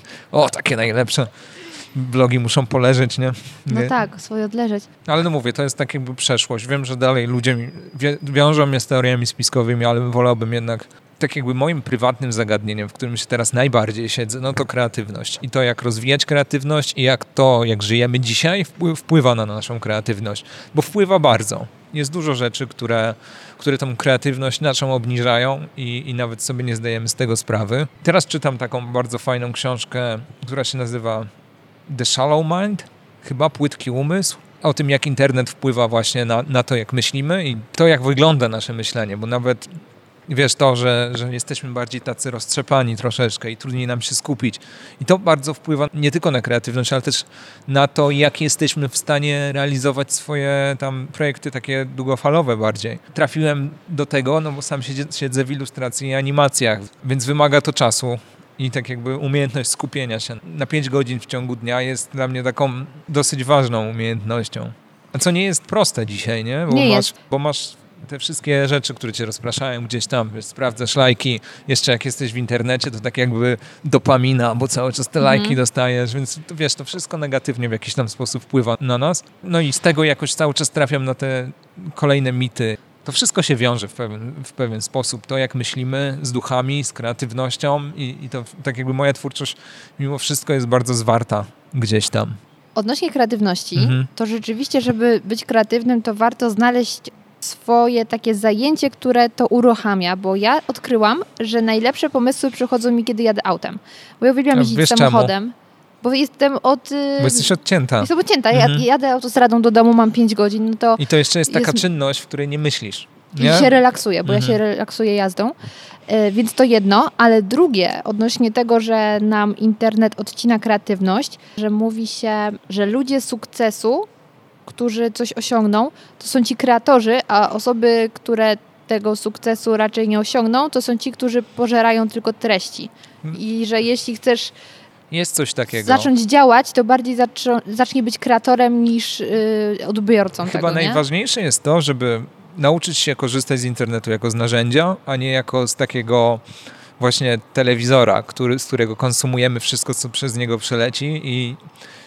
Takie najlepsze. Blogi muszą poleżeć, nie?
No tak, swoje odleżeć.
Ale no mówię, to jest tak jakby przeszłość. Wiem, że dalej ludzie wiążą mnie z teoriami spiskowymi, ale wolałbym jednak tak jakby moim prywatnym zagadnieniem, w którym się teraz najbardziej siedzę, no to kreatywność. I to, jak rozwijać kreatywność i jak żyjemy dzisiaj, wpływa na naszą kreatywność. Bo wpływa bardzo. Jest dużo rzeczy, które tą kreatywność naszą obniżają i nawet sobie nie zdajemy z tego sprawy. Teraz czytam taką bardzo fajną książkę, która się nazywa The Shallow Mind, chyba Płytki umysł, o tym, jak internet wpływa właśnie na to, jak myślimy i to, jak wygląda nasze myślenie, bo nawet wiesz to, że jesteśmy bardziej tacy roztrzepani troszeczkę i trudniej nam się skupić. I to bardzo wpływa nie tylko na kreatywność, ale też na to, jak jesteśmy w stanie realizować swoje tam projekty takie długofalowe bardziej. Trafiłem do tego, no bo sam siedzę w ilustracji i animacjach, więc wymaga to czasu. I tak jakby umiejętność skupienia się na 5 godzin w ciągu dnia jest dla mnie taką dosyć ważną umiejętnością. A co nie jest proste dzisiaj, nie? Bo masz te wszystkie rzeczy, które cię rozpraszają gdzieś tam, wiesz, sprawdzasz lajki, jeszcze jak jesteś w internecie, to tak jakby dopamina, bo cały czas te lajki dostajesz, więc wiesz, to wszystko negatywnie w jakiś tam sposób wpływa na nas. No i z tego jakoś cały czas trafiam na te kolejne mity. To wszystko się wiąże w pewien sposób. To, jak myślimy z duchami, z kreatywnością i to tak jakby moja twórczość mimo wszystko jest bardzo zwarta gdzieś tam.
Odnośnie kreatywności, to rzeczywiście, żeby być kreatywnym, to warto znaleźć swoje takie zajęcie, które to uruchamia, bo ja odkryłam, że najlepsze pomysły przychodzą mi, kiedy jadę autem. Bo ja uwielbiam jeździć samochodem. Czemu? Bo jestem
Bo jesteś odcięta.
Jestem odcięta. Ja jadę autostradą do domu, mam 5 godzin. No to
i to jeszcze jest taka czynność, w której nie myślisz. Nie?
I się relaksuję, bo ja się relaksuję jazdą. Więc to jedno, ale drugie, odnośnie tego, że nam internet odcina kreatywność, że mówi się, że ludzie sukcesu, którzy coś osiągną, to są ci kreatorzy, a osoby, które tego sukcesu raczej nie osiągną, to są ci, którzy pożerają tylko treści. I że jeśli chcesz
jest coś takiego.
Zacząć działać, to bardziej zacznie być kreatorem niż odbiorcą
Chyba
tego,
najważniejsze jest to, żeby nauczyć się korzystać z internetu jako z narzędzia, a nie jako z takiego właśnie telewizora, z którego konsumujemy wszystko, co przez niego przeleci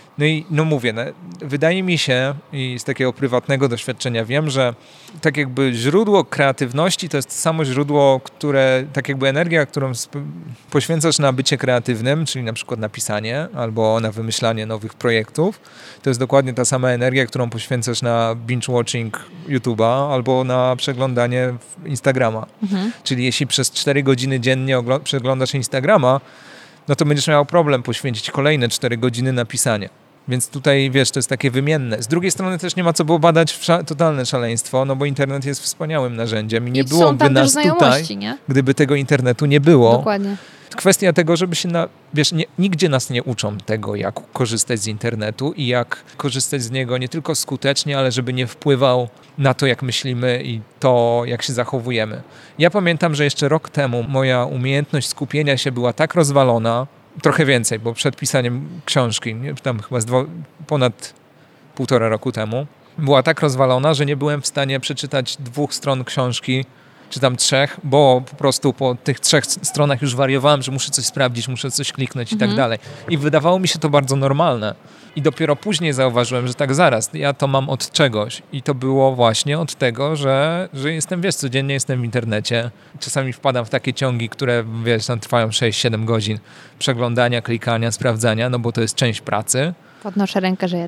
No mówię, wydaje mi się i z takiego prywatnego doświadczenia wiem, że tak jakby źródło kreatywności to jest samo źródło, które, tak jakby energia, którą poświęcasz na bycie kreatywnym, czyli na przykład na pisanie albo na wymyślanie nowych projektów, to jest dokładnie ta sama energia, którą poświęcasz na binge-watching YouTube'a albo na przeglądanie Instagrama. Czyli jeśli przez 4 godziny dziennie przeglądasz Instagrama, no to będziesz miał problem poświęcić kolejne 4 godziny na pisanie. Więc tutaj, wiesz, to jest takie wymienne. Z drugiej strony też nie ma co było badać totalne szaleństwo, no bo internet jest wspaniałym narzędziem i nie byłoby nas tutaj, gdyby tego internetu nie było.
Dokładnie.
Kwestia tego, żeby się nigdzie nas nie uczą tego, jak korzystać z internetu i jak korzystać z niego nie tylko skutecznie, ale żeby nie wpływał na to, jak myślimy i to, jak się zachowujemy. Ja pamiętam, że jeszcze rok temu moja umiejętność skupienia się była tak rozwalona, trochę więcej, bo przed pisaniem książki, tam chyba ponad 1,5 roku temu, była tak rozwalona, że nie byłem w stanie przeczytać 2 stron książki, czy tam 3, bo po prostu po tych 3 stronach już wariowałem, że muszę coś sprawdzić, muszę coś kliknąć i tak dalej. I wydawało mi się to bardzo normalne. I dopiero później zauważyłem, że tak zaraz, ja to mam od czegoś. I to było właśnie od tego, że jestem, wiesz, codziennie jestem w internecie. Czasami wpadam w takie ciągi, które, wiesz, tam trwają 6-7 godzin przeglądania, klikania, sprawdzania, no bo to jest część pracy.
Podnoszę rękę, że ja też.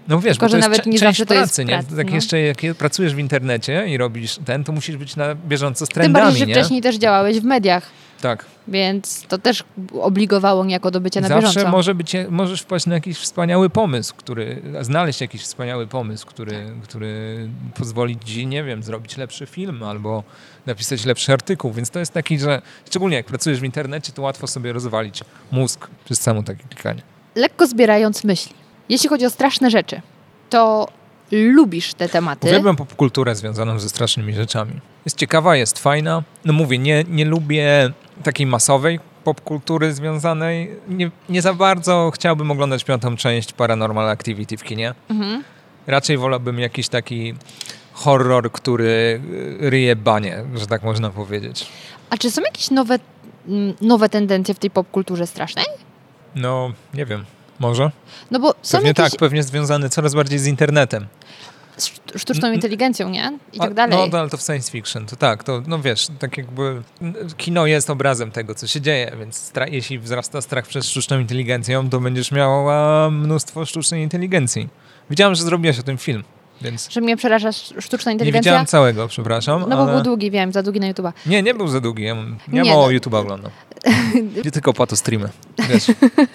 No wiesz,
tylko,
bo to
że
jest
nawet nie
część
zawsze to jest
pracy,
pracy,
nie? Tak
no.
jeszcze jak pracujesz w internecie i robisz to musisz być na bieżąco z
Tym
trendami,
bardziej, że
nie?
wcześniej też działałeś w mediach,
Tak.
więc to też obligowało niejako do bycia na
Zawsze
bieżąco.
możesz wpaść na jakiś wspaniały pomysł, znaleźć jakiś wspaniały pomysł, który pozwoli ci, nie wiem, zrobić lepszy film albo napisać lepszy artykuł, więc to jest taki, że szczególnie jak pracujesz w internecie, to łatwo sobie rozwalić mózg przez samo takie klikanie.
Lekko zbierając myśli. Jeśli chodzi o straszne rzeczy, to lubisz te tematy.
Uwielbiam popkulturę związaną ze strasznymi rzeczami. Jest ciekawa, jest fajna. No mówię, nie lubię takiej masowej popkultury związanej. Nie za bardzo chciałbym oglądać 5. część Paranormal Activity w kinie.
Mhm.
Raczej wolałbym jakiś taki horror, który ryje banie, że tak można powiedzieć.
A czy są jakieś nowe tendencje w tej popkulturze strasznej?
No, nie wiem. Może?
No bo są
Pewnie
jakieś
tak, pewnie związane coraz bardziej z internetem.
z sztuczną inteligencją, nie? I tak dalej.
No, ale to w science fiction, to tak, to no wiesz, tak jakby kino jest obrazem tego, co się dzieje, więc jeśli wzrasta strach przed sztuczną inteligencją, to będziesz miała mnóstwo sztucznej inteligencji. Widziałem, że zrobiłaś o tym film, więc...
Że mnie przeraża sztuczna
Nie
inteligencja?
widziałem całego, przepraszam,
No bo
ale...
był długi, wiem, za długi na YouTube'a.
Nie był za długi, ja
Nie,
mało
no.
YouTube'a oglądam. Nie tylko po to streamy, wiesz.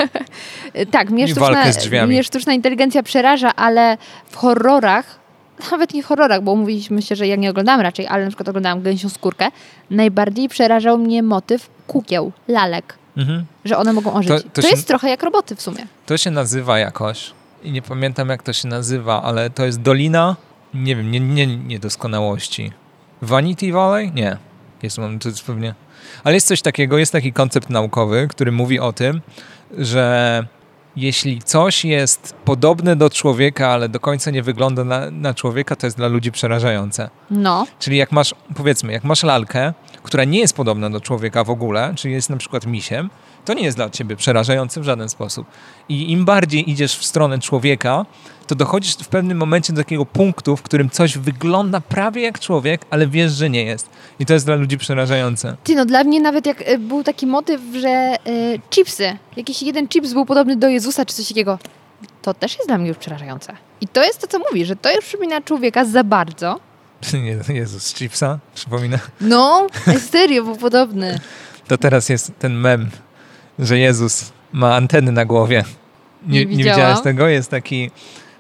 Tak,
I walkę z drzwiami.
mnie sztuczna inteligencja przeraża, ale w horrorach, nawet nie w horrorach, bo mówiliśmy się, że ja nie oglądałam raczej, ale na przykład oglądałam Gęsią skórkę, najbardziej przerażał mnie motyw kukieł, lalek, że one mogą ożyć. To jest trochę jak roboty w sumie.
To się nazywa jakoś i nie pamiętam jak to się nazywa, ale to jest Dolina, nie wiem, nie niedoskonałości. Vanity Valley? Nie. To jest pewnie... Ale jest coś takiego, jest taki koncept naukowy, który mówi o tym, że jeśli coś jest podobne do człowieka, ale do końca nie wygląda na człowieka, to jest dla ludzi przerażające.
No.
Czyli jak masz lalkę, która nie jest podobna do człowieka w ogóle, czyli jest na przykład misiem, to nie jest dla ciebie przerażające w żaden sposób. I im bardziej idziesz w stronę człowieka, to dochodzisz w pewnym momencie do takiego punktu, w którym coś wygląda prawie jak człowiek, ale wiesz, że nie jest. I to jest dla ludzi przerażające.
Ty, no dla mnie nawet jak był taki motyw, że chipsy, jakiś jeden chips był podobny do Jezusa czy coś takiego, to też jest dla mnie już przerażające. I to jest to, co mówi, że to już przypomina człowieka za bardzo.
Jezus, chipsa? Przypomina?
No, serio, był podobny.
To teraz jest ten mem, że Jezus ma anteny na głowie. Nie widziałaś tego? Jest taki...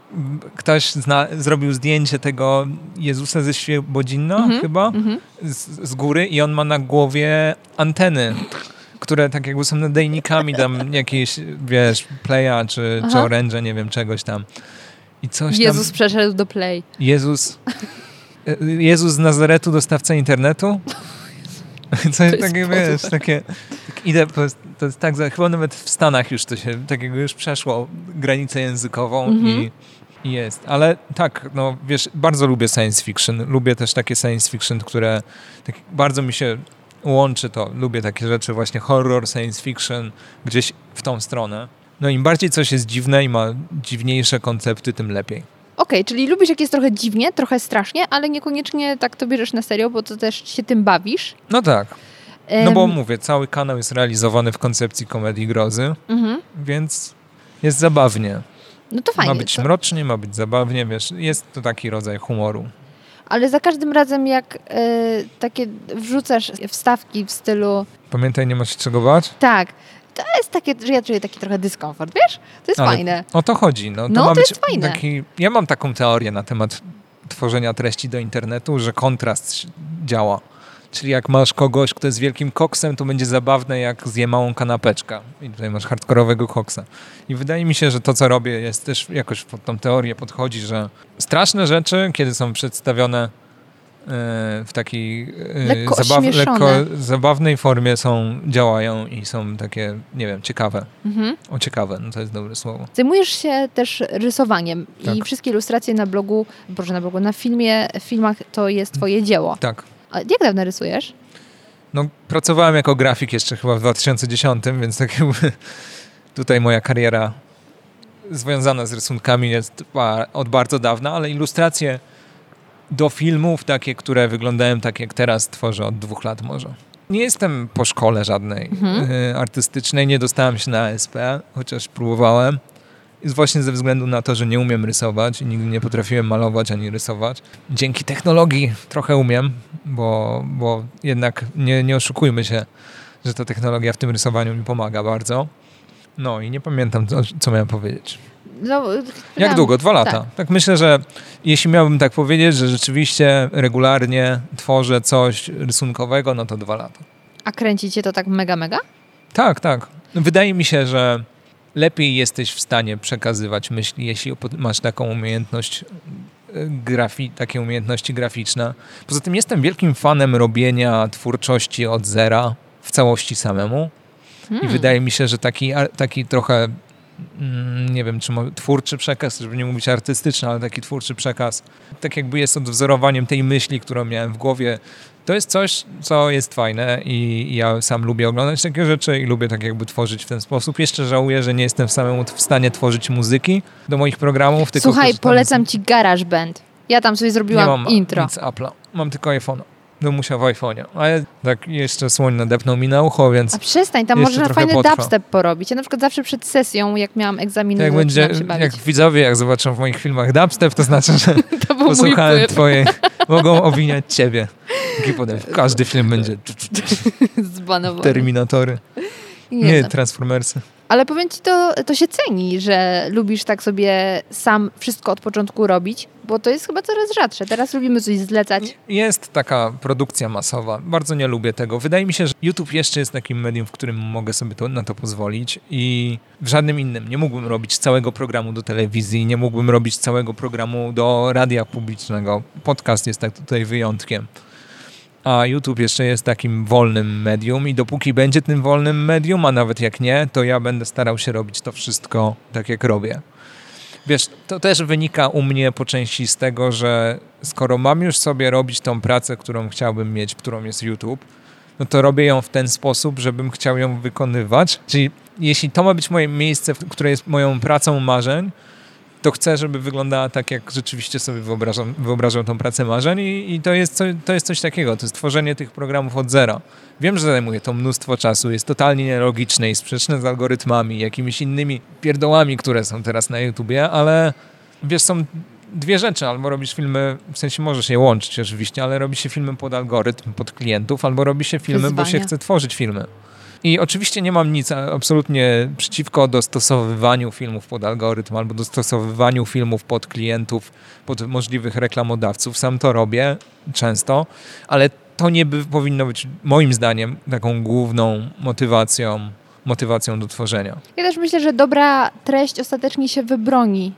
Ktoś zrobił zdjęcie tego Jezusa ze Świebodzina chyba z góry i on ma na głowie anteny, które tak jakby są nadajnikami tam jakieś, wiesz, Playa czy Orange'a, nie wiem, czegoś tam. I coś
Jezus
tam...
przeszedł do Play.
Jezus z Nazaretu, dostawca internetu? Coś takiego, wiesz, takie... Idę, to jest tak, chyba nawet w Stanach już to się takiego już przeszło granicę językową i jest. Ale tak, no wiesz, bardzo lubię science fiction. Lubię też takie science fiction, które tak bardzo mi się łączy to. Lubię takie rzeczy, właśnie horror, science fiction, gdzieś w tą stronę. No im bardziej coś jest dziwne i ma dziwniejsze koncepty, tym lepiej.
Okej, czyli lubisz jak jest trochę dziwnie, trochę strasznie, ale niekoniecznie tak to bierzesz na serio, bo to też się tym bawisz.
No tak. No bo mówię, cały kanał jest realizowany w koncepcji komedii grozy, więc jest zabawnie.
No to fajnie.
Ma być mrocznie, ma być zabawnie, wiesz, jest to taki rodzaj humoru.
Ale za każdym razem jak takie wrzucasz wstawki w stylu...
Pamiętaj, nie masz się czego bać?
Tak. To jest takie, że ja czuję taki trochę dyskomfort, wiesz? To jest fajne.
O to chodzi. No,
to
ma być
jest fajne.
Ja mam taką teorię na temat tworzenia treści do internetu, że kontrast działa. Czyli jak masz kogoś, kto jest wielkim koksem, to będzie zabawne, jak zje małą kanapeczkę. I tutaj masz hardkorowego koksa. I wydaje mi się, że to, co robię, jest też jakoś pod tą teorię podchodzi, że straszne rzeczy, kiedy są przedstawione w takiej
lekko
zabawnej formie działają i są takie, nie wiem, ciekawe. Ciekawe, no to jest dobre słowo.
Zajmujesz się też rysowaniem i
Tak.
wszystkie ilustracje na filmach to jest twoje dzieło.
Tak.
A jak dawno rysujesz?
No, pracowałem jako grafik jeszcze chyba w 2010, więc tak jakby tutaj moja kariera związana z rysunkami jest od bardzo dawna, ale ilustracje do filmów, takie, które wyglądają tak jak teraz, tworzę od 2 lat może. Nie jestem po szkole żadnej artystycznej, nie dostałem się na ASP, chociaż próbowałem jest właśnie ze względu na to, że nie umiem rysować i nigdy nie potrafiłem malować ani rysować. Dzięki technologii trochę umiem, bo jednak nie oszukujmy się, że ta technologia w tym rysowaniu mi pomaga bardzo. No i nie pamiętam, co miałem powiedzieć.
No,
jak długo? 2 lata. Tak myślę, że jeśli miałbym tak powiedzieć, że rzeczywiście regularnie tworzę coś rysunkowego, no to 2 lata.
A kręci cię to tak mega?
Tak. Wydaje mi się, że lepiej jesteś w stanie przekazywać myśli, jeśli masz taką umiejętność takie umiejętności graficzne. Poza tym jestem wielkim fanem robienia twórczości od zera w całości samemu. I wydaje mi się, że taki trochę nie wiem, czy twórczy przekaz, żeby nie mówić artystyczny, ale taki twórczy przekaz, tak jakby jest odwzorowaniem tej myśli, którą miałem w głowie. To jest coś, co jest fajne i ja sam lubię oglądać takie rzeczy i lubię tak jakby tworzyć w ten sposób. Jeszcze żałuję, że nie jestem w stanie tworzyć muzyki do moich programów. Tylko
słuchaj, polecam ci GarageBand. Ja tam sobie zrobiłam intro.
Nie mam nic Apple'a, mam tylko iPhone'a. No musiał w iPhone'ie, ale tak jeszcze słoń nadepnął mi na ucho, więc
a przestań, tam można fajny dubstep porobić. Ja na przykład zawsze przed sesją, jak miałam egzaminy,
jak będzie, jak widzowie, jak zobaczą w moich filmach dubstep, to znaczy, że
to
posłuchałem twoje, mogą obwiniać ciebie. I potem każdy film będzie
zbanowany.
Terminatory. Nie, Transformersy.
Ale powiem ci, to się ceni, że lubisz tak sobie sam wszystko od początku robić, bo to jest chyba coraz rzadsze. Teraz lubimy coś zlecać.
Jest taka produkcja masowa. Bardzo nie lubię tego. Wydaje mi się, że YouTube jeszcze jest takim medium, w którym mogę sobie na to pozwolić i w żadnym innym. Nie mógłbym robić całego programu do telewizji, nie mógłbym robić całego programu do radia publicznego. Podcast jest tutaj wyjątkiem. A YouTube jeszcze jest takim wolnym medium i dopóki będzie tym wolnym medium, a nawet jak nie, to ja będę starał się robić to wszystko tak, jak robię. Wiesz, to też wynika u mnie po części z tego, że skoro mam już sobie robić tą pracę, którą chciałbym mieć, którą jest YouTube, no to robię ją w ten sposób, żebym chciał ją wykonywać. Czyli jeśli to ma być moje miejsce, które jest moją pracą marzeń, to chcę, żeby wyglądała tak, jak rzeczywiście sobie wyobrażam tą pracę marzeń i to jest coś takiego, to jest tworzenie tych programów od zera. Wiem, że zajmuje to mnóstwo czasu, jest totalnie nielogiczne i sprzeczne z algorytmami, jakimiś innymi pierdołami, które są teraz na YouTubie, ale wiesz, są 2 rzeczy, albo robisz filmy, w sensie możesz je łączyć oczywiście, ale robi się filmy pod algorytm, pod klientów, albo robi się filmy, bo się chce tworzyć filmy. I oczywiście nie mam nic absolutnie przeciwko dostosowywaniu filmów pod algorytm albo dostosowywaniu filmów pod klientów, pod możliwych reklamodawców. Sam to robię często, ale to nie powinno być moim zdaniem taką główną motywacją do tworzenia.
Ja też myślę, że dobra treść ostatecznie się wybroni.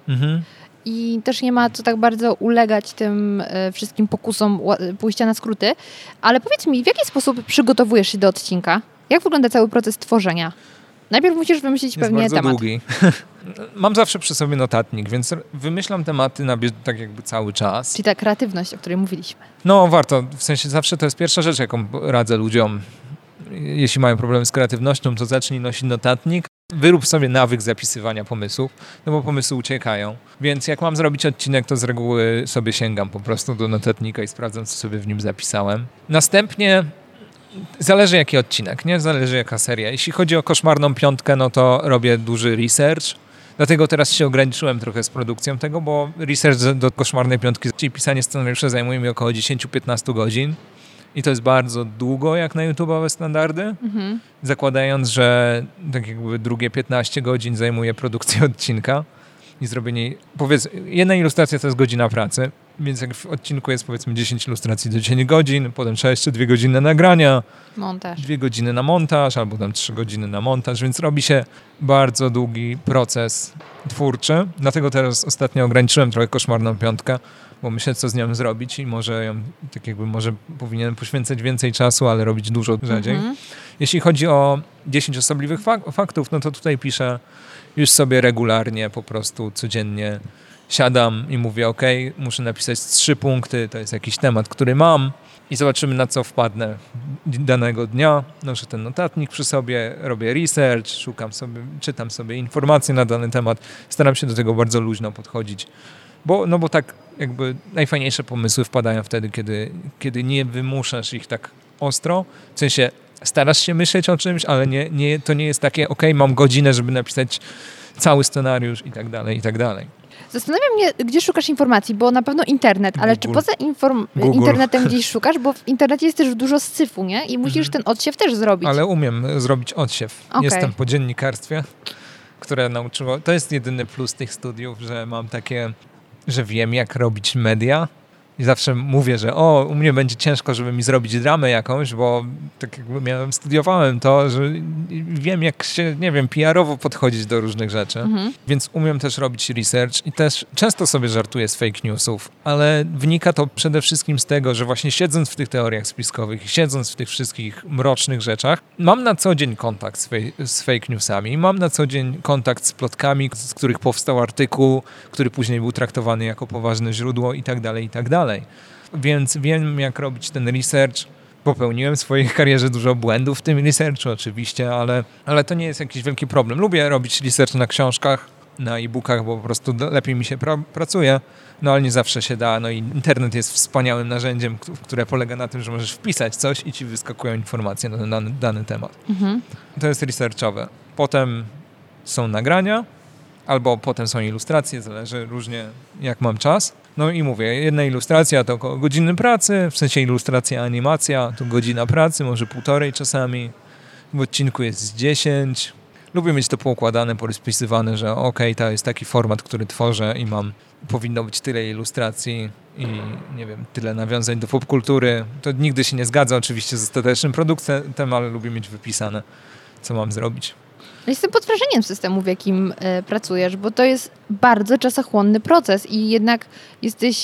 I też nie ma co tak bardzo ulegać tym wszystkim pokusom pójścia na skróty. Ale powiedz mi, w jaki sposób przygotowujesz się do odcinka? Jak wygląda cały proces tworzenia? Najpierw musisz wymyślić pewnie temat.
Jest bardzo długi. Mam zawsze przy sobie notatnik, więc wymyślam tematy tak jakby cały czas.
Czyli ta kreatywność, o której mówiliśmy.
No warto, w sensie zawsze to jest pierwsza rzecz, jaką radzę ludziom. Jeśli mają problem z kreatywnością, to zacznij nosić notatnik. Wyrób sobie nawyk zapisywania pomysłów, no bo pomysły uciekają. Więc jak mam zrobić odcinek, to z reguły sobie sięgam po prostu do notatnika i sprawdzam, co sobie w nim zapisałem. Następnie zależy jaki odcinek, nie? Zależy jaka seria. Jeśli chodzi o Koszmarną Piątkę, no to robię duży research. Dlatego teraz się ograniczyłem trochę z produkcją tego, bo research do Koszmarnej Piątki, czyli pisanie scenariusza zajmuje mi około 10-15 godzin. I to jest bardzo długo, jak na YouTube'owe standardy. Zakładając, że tak jakby drugie 15 godzin zajmuje produkcja odcinka i zrobienie, jedna ilustracja to jest godzina pracy, więc jak w odcinku jest powiedzmy 10 ilustracji do 10 godzin, potem trzeba jeszcze 2 godziny na nagrania,
montaż.
2 godziny na montaż, albo tam 3 godziny na montaż, więc robi się bardzo długi proces twórczy. Dlatego teraz ostatnio ograniczyłem trochę Koszmarną Piątkę, bo myślę, co z nią zrobić i może powinienem poświęcać więcej czasu, ale robić dużo rzadziej. Jeśli chodzi o 10 osobliwych faktów, no to tutaj piszę już sobie regularnie, po prostu codziennie siadam i mówię, ok, muszę napisać 3 punkty, to jest jakiś temat, który mam i zobaczymy, na co wpadnę danego dnia. Noszę ten notatnik przy sobie, robię research, czytam sobie informacje na dany temat, staram się do tego bardzo luźno podchodzić. Bo tak jakby najfajniejsze pomysły wpadają wtedy, kiedy nie wymuszasz ich tak ostro. W sensie starasz się myśleć o czymś, ale to nie jest takie, mam godzinę, żeby napisać cały scenariusz i tak dalej, i tak dalej.
Zastanawiam mnie, gdzie szukasz informacji, bo na pewno internet, ale
Google.
czy poza internetem gdzieś szukasz? Bo w internecie jest też dużo syfu, nie? I musisz ten odsiew też zrobić.
Ale umiem zrobić odsiew.
Okay.
Jestem po dziennikarstwie, które nauczyło... To jest jedyny plus tych studiów, że mam takie, że wiem, jak robić media. I zawsze mówię, że u mnie będzie ciężko, żeby mi zrobić dramę jakąś, bo tak jakby studiowałem to, że wiem, jak się, nie wiem, PR-owo podchodzić do różnych rzeczy. Więc umiem też robić research i też często sobie żartuję z fake newsów, ale wynika to przede wszystkim z tego, że właśnie siedząc w tych teoriach spiskowych, siedząc w tych wszystkich mrocznych rzeczach, mam na co dzień kontakt z fake newsami, mam na co dzień kontakt z plotkami, z których powstał artykuł, który później był traktowany jako poważne źródło i tak dalej, i tak dalej. Więc wiem, jak robić ten research. Popełniłem w swojej karierze dużo błędów w tym researchu oczywiście, ale to nie jest jakiś wielki problem. Lubię robić research na książkach, na e-bookach, bo po prostu lepiej mi się pracuje, ale nie zawsze się da. No i internet jest wspaniałym narzędziem, które polega na tym, że możesz wpisać coś i ci wyskakują informacje na dany temat. To jest researchowe. Potem są nagrania, albo potem są ilustracje, zależy różnie jak mam czas. No i mówię, jedna ilustracja to około godziny pracy, w sensie ilustracja, animacja, to godzina pracy, może 1,5 czasami. W odcinku jest 10. Lubię mieć to poukładane, porozpisywane, że to jest taki format, który tworzę i powinno być tyle ilustracji i nie wiem, tyle nawiązań do popkultury. To nigdy się nie zgadza oczywiście z ostatecznym produktem, ale lubię mieć wypisane, co mam zrobić.
Jestem pod wrażeniem systemu, w jakim pracujesz, bo to jest bardzo czasochłonny proces i jednak jesteś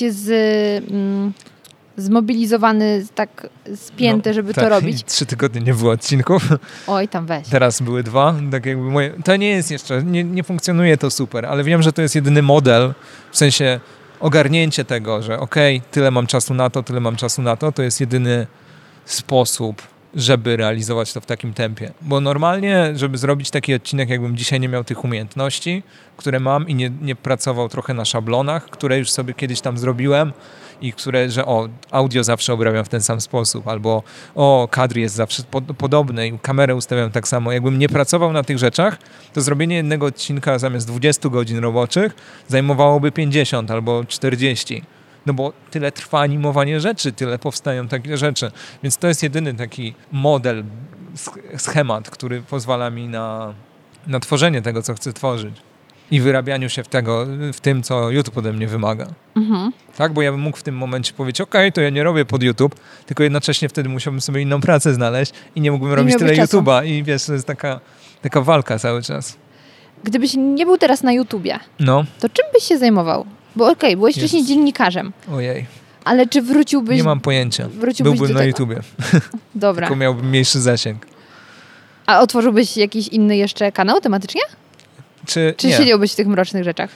zmobilizowany, tak spięty, żeby to robić.
3 tygodnie nie było odcinków.
Oj, tam weź.
Teraz były 2. Tak jakby to nie jest jeszcze, nie funkcjonuje to super, ale wiem, że to jest jedyny model, w sensie ogarnięcie tego, że tyle mam czasu na to, to jest jedyny sposób, żeby realizować to w takim tempie. Bo normalnie, żeby zrobić taki odcinek, jakbym dzisiaj nie miał tych umiejętności, które mam i nie pracował trochę na szablonach, które już sobie kiedyś tam zrobiłem i które, że audio zawsze obrabiam w ten sam sposób, albo kadr jest zawsze podobny i kamerę ustawiam tak samo. Jakbym nie pracował na tych rzeczach, to zrobienie jednego odcinka zamiast 20 godzin roboczych zajmowałoby 50 albo 40. No bo tyle trwa animowanie rzeczy, tyle powstają takie rzeczy. Więc to jest jedyny taki model, schemat, który pozwala mi na tworzenie tego, co chcę tworzyć. I wyrabianiu się w tym, co YouTube ode mnie wymaga. Tak, bo ja bym mógł w tym momencie powiedzieć, to ja nie robię pod YouTube, tylko jednocześnie wtedy musiałbym sobie inną pracę znaleźć i nie mógłbym robić tyle YouTube'a. I wiesz, to jest taka walka cały czas. Gdybyś nie był teraz na YouTubie, to czym byś się zajmował? Bo byłeś wcześniej dziennikarzem. Ojej. Ale czy wróciłbyś... Nie mam pojęcia. Byłbym na YouTubie. Dobra. Tylko miałbym mniejszy zasięg. A otworzyłbyś jakiś inny jeszcze kanał tematycznie? Czy siedziałbyś w tych mrocznych rzeczach?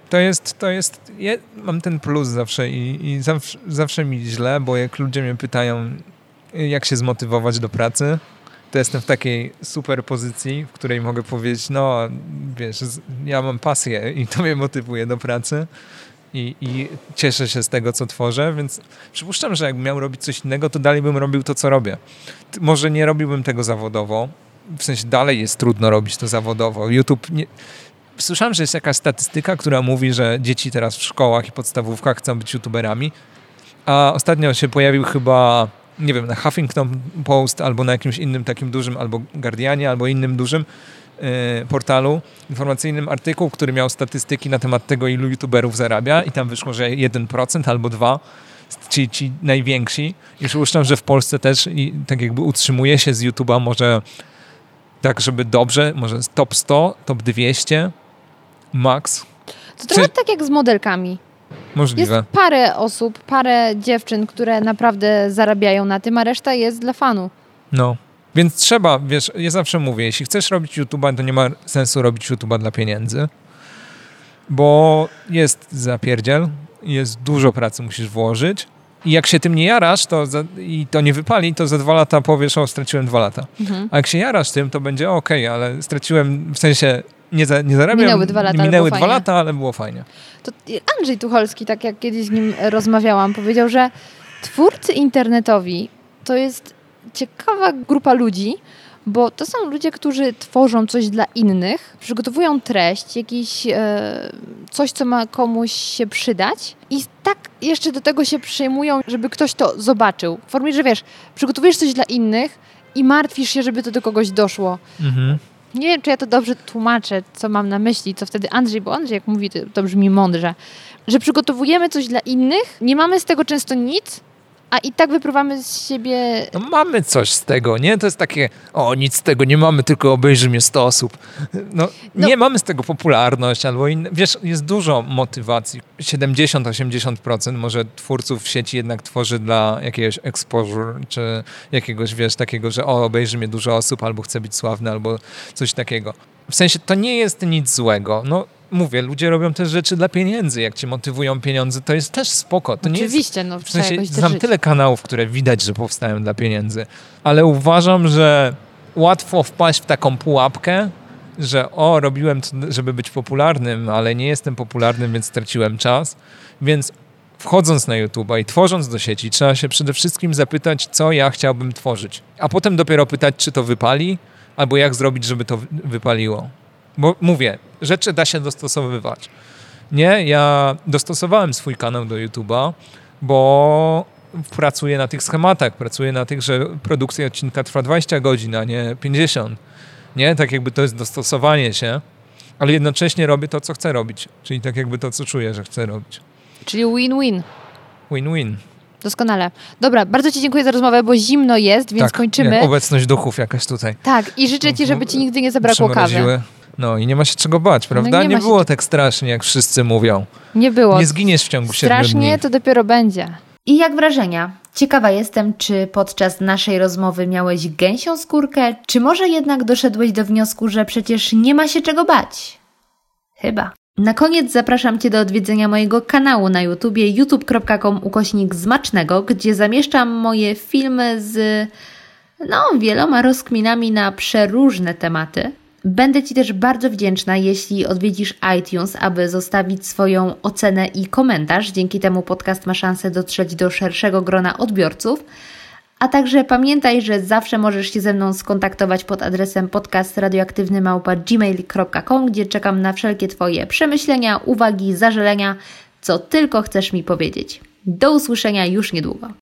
Mam ten plus zawsze i zawsze mi źle, bo jak ludzie mnie pytają, jak się zmotywować do pracy, to jestem w takiej super pozycji, w której mogę powiedzieć, wiesz, ja mam pasję i to mnie motywuje do pracy i cieszę się z tego, co tworzę, więc przypuszczam, że jakbym miał robić coś innego, to dalej bym robił to, co robię. Może nie robiłbym tego zawodowo, w sensie dalej jest trudno robić to zawodowo. YouTube Słyszałem, że jest jakaś statystyka, która mówi, że dzieci teraz w szkołach i podstawówkach chcą być youtuberami, a ostatnio się pojawił chyba, nie wiem, na Huffington Post albo na jakimś innym takim dużym, albo Guardianie, albo innym dużym portalu informacyjnym artykuł, który miał statystyki na temat tego, ilu youtuberów zarabia i tam wyszło, że 1% albo 2%, ci najwięksi. I przypuszczam, że w Polsce też i tak jakby utrzymuje się z YouTube'a może tak, żeby dobrze, może top 100, top 200, max. To trochę tak jak z modelkami. Możliwe. Jest parę osób, parę dziewczyn, które naprawdę zarabiają na tym, a reszta jest dla fanu. Więc trzeba, wiesz, ja zawsze mówię, jeśli chcesz robić YouTube'a, to nie ma sensu robić YouTube'a dla pieniędzy, bo jest zapierdziel, jest dużo pracy musisz włożyć i jak się tym nie jarasz i to nie wypali, to za 2 lata powiesz, straciłem 2 lata. A jak się jarasz tym, to będzie ale straciłem, w sensie nie zarabiam. Minęły 2 lata, ale było fajnie. To Andrzej Tucholski, tak jak kiedyś z nim rozmawiałam, powiedział, że twórcy internetowi to jest ciekawa grupa ludzi,
bo to są ludzie, którzy tworzą coś dla innych, przygotowują treść, jakiś coś, co ma komuś się przydać i tak jeszcze do tego się przejmują, żeby ktoś to zobaczył. W formie, że wiesz, przygotowujesz coś dla innych i martwisz się, żeby to do kogoś doszło. Nie wiem, czy ja to dobrze tłumaczę, co mam na myśli, co wtedy Andrzej, bo Andrzej jak mówi, to brzmi mądrze, że przygotowujemy coś dla innych, nie mamy z tego często nic, a i tak wypływamy z siebie...
No mamy coś z tego, nie? To jest takie, nic z tego nie mamy, tylko obejrzy mnie 100 osób. Nie mamy z tego popularność albo inne. Wiesz, jest dużo motywacji. 70-80% może twórców w sieci jednak tworzy dla jakiegoś exposure, czy jakiegoś, wiesz, takiego, że obejrzy mnie dużo osób, albo chce być sławny, albo coś takiego. W sensie, to nie jest nic złego. Mówię, ludzie robią też rzeczy dla pieniędzy. Jak cię motywują pieniądze, to jest też spoko. To
oczywiście,
nie jest, w sensie, znam tyle kanałów, które widać, że powstają dla pieniędzy, ale uważam, że łatwo wpaść w taką pułapkę, że robiłem to, żeby być popularnym, ale nie jestem popularnym, więc straciłem czas. Więc wchodząc na YouTube'a i tworząc do sieci, trzeba się przede wszystkim zapytać, co ja chciałbym tworzyć. A potem dopiero pytać, czy to wypali, albo jak zrobić, żeby to wypaliło. Bo mówię, rzeczy da się dostosowywać. Nie, ja dostosowałem swój kanał do YouTube'a, bo pracuję na tych schematach, pracuję na tych, że produkcja odcinka trwa 20 godzin, a nie 50. Nie, tak jakby to jest dostosowanie się, ale jednocześnie robię to, co chcę robić. Czyli tak jakby to, co czuję, że chcę robić.
Czyli win-win.
Win-win.
Doskonale. Dobra, bardzo ci dziękuję za rozmowę, bo zimno jest, więc kończymy.
Obecność duchów jakaś tutaj.
Tak, i życzę ci, żeby ci nigdy nie zabrakło kawy.
I nie ma się czego bać, prawda? Nie było tak strasznie, jak wszyscy mówią.
Nie było.
Nie zginiesz w ciągu 7 dni.
Strasznie to dopiero będzie.
I jak wrażenia? Ciekawa jestem, czy podczas naszej rozmowy miałeś gęsią skórkę, czy może jednak doszedłeś do wniosku, że przecież nie ma się czego bać? Chyba. Na koniec zapraszam Cię do odwiedzenia mojego kanału na YouTubie youtube.com/Zmacznego, gdzie zamieszczam moje filmy z wieloma rozkminami na przeróżne tematy. Będę Ci też bardzo wdzięczna, jeśli odwiedzisz iTunes, aby zostawić swoją ocenę i komentarz. Dzięki temu podcast ma szansę dotrzeć do szerszego grona odbiorców. A także pamiętaj, że zawsze możesz się ze mną skontaktować pod adresem podcastradioaktywny@gmail.com, gdzie czekam na wszelkie Twoje przemyślenia, uwagi, zażalenia, co tylko chcesz mi powiedzieć. Do usłyszenia już niedługo.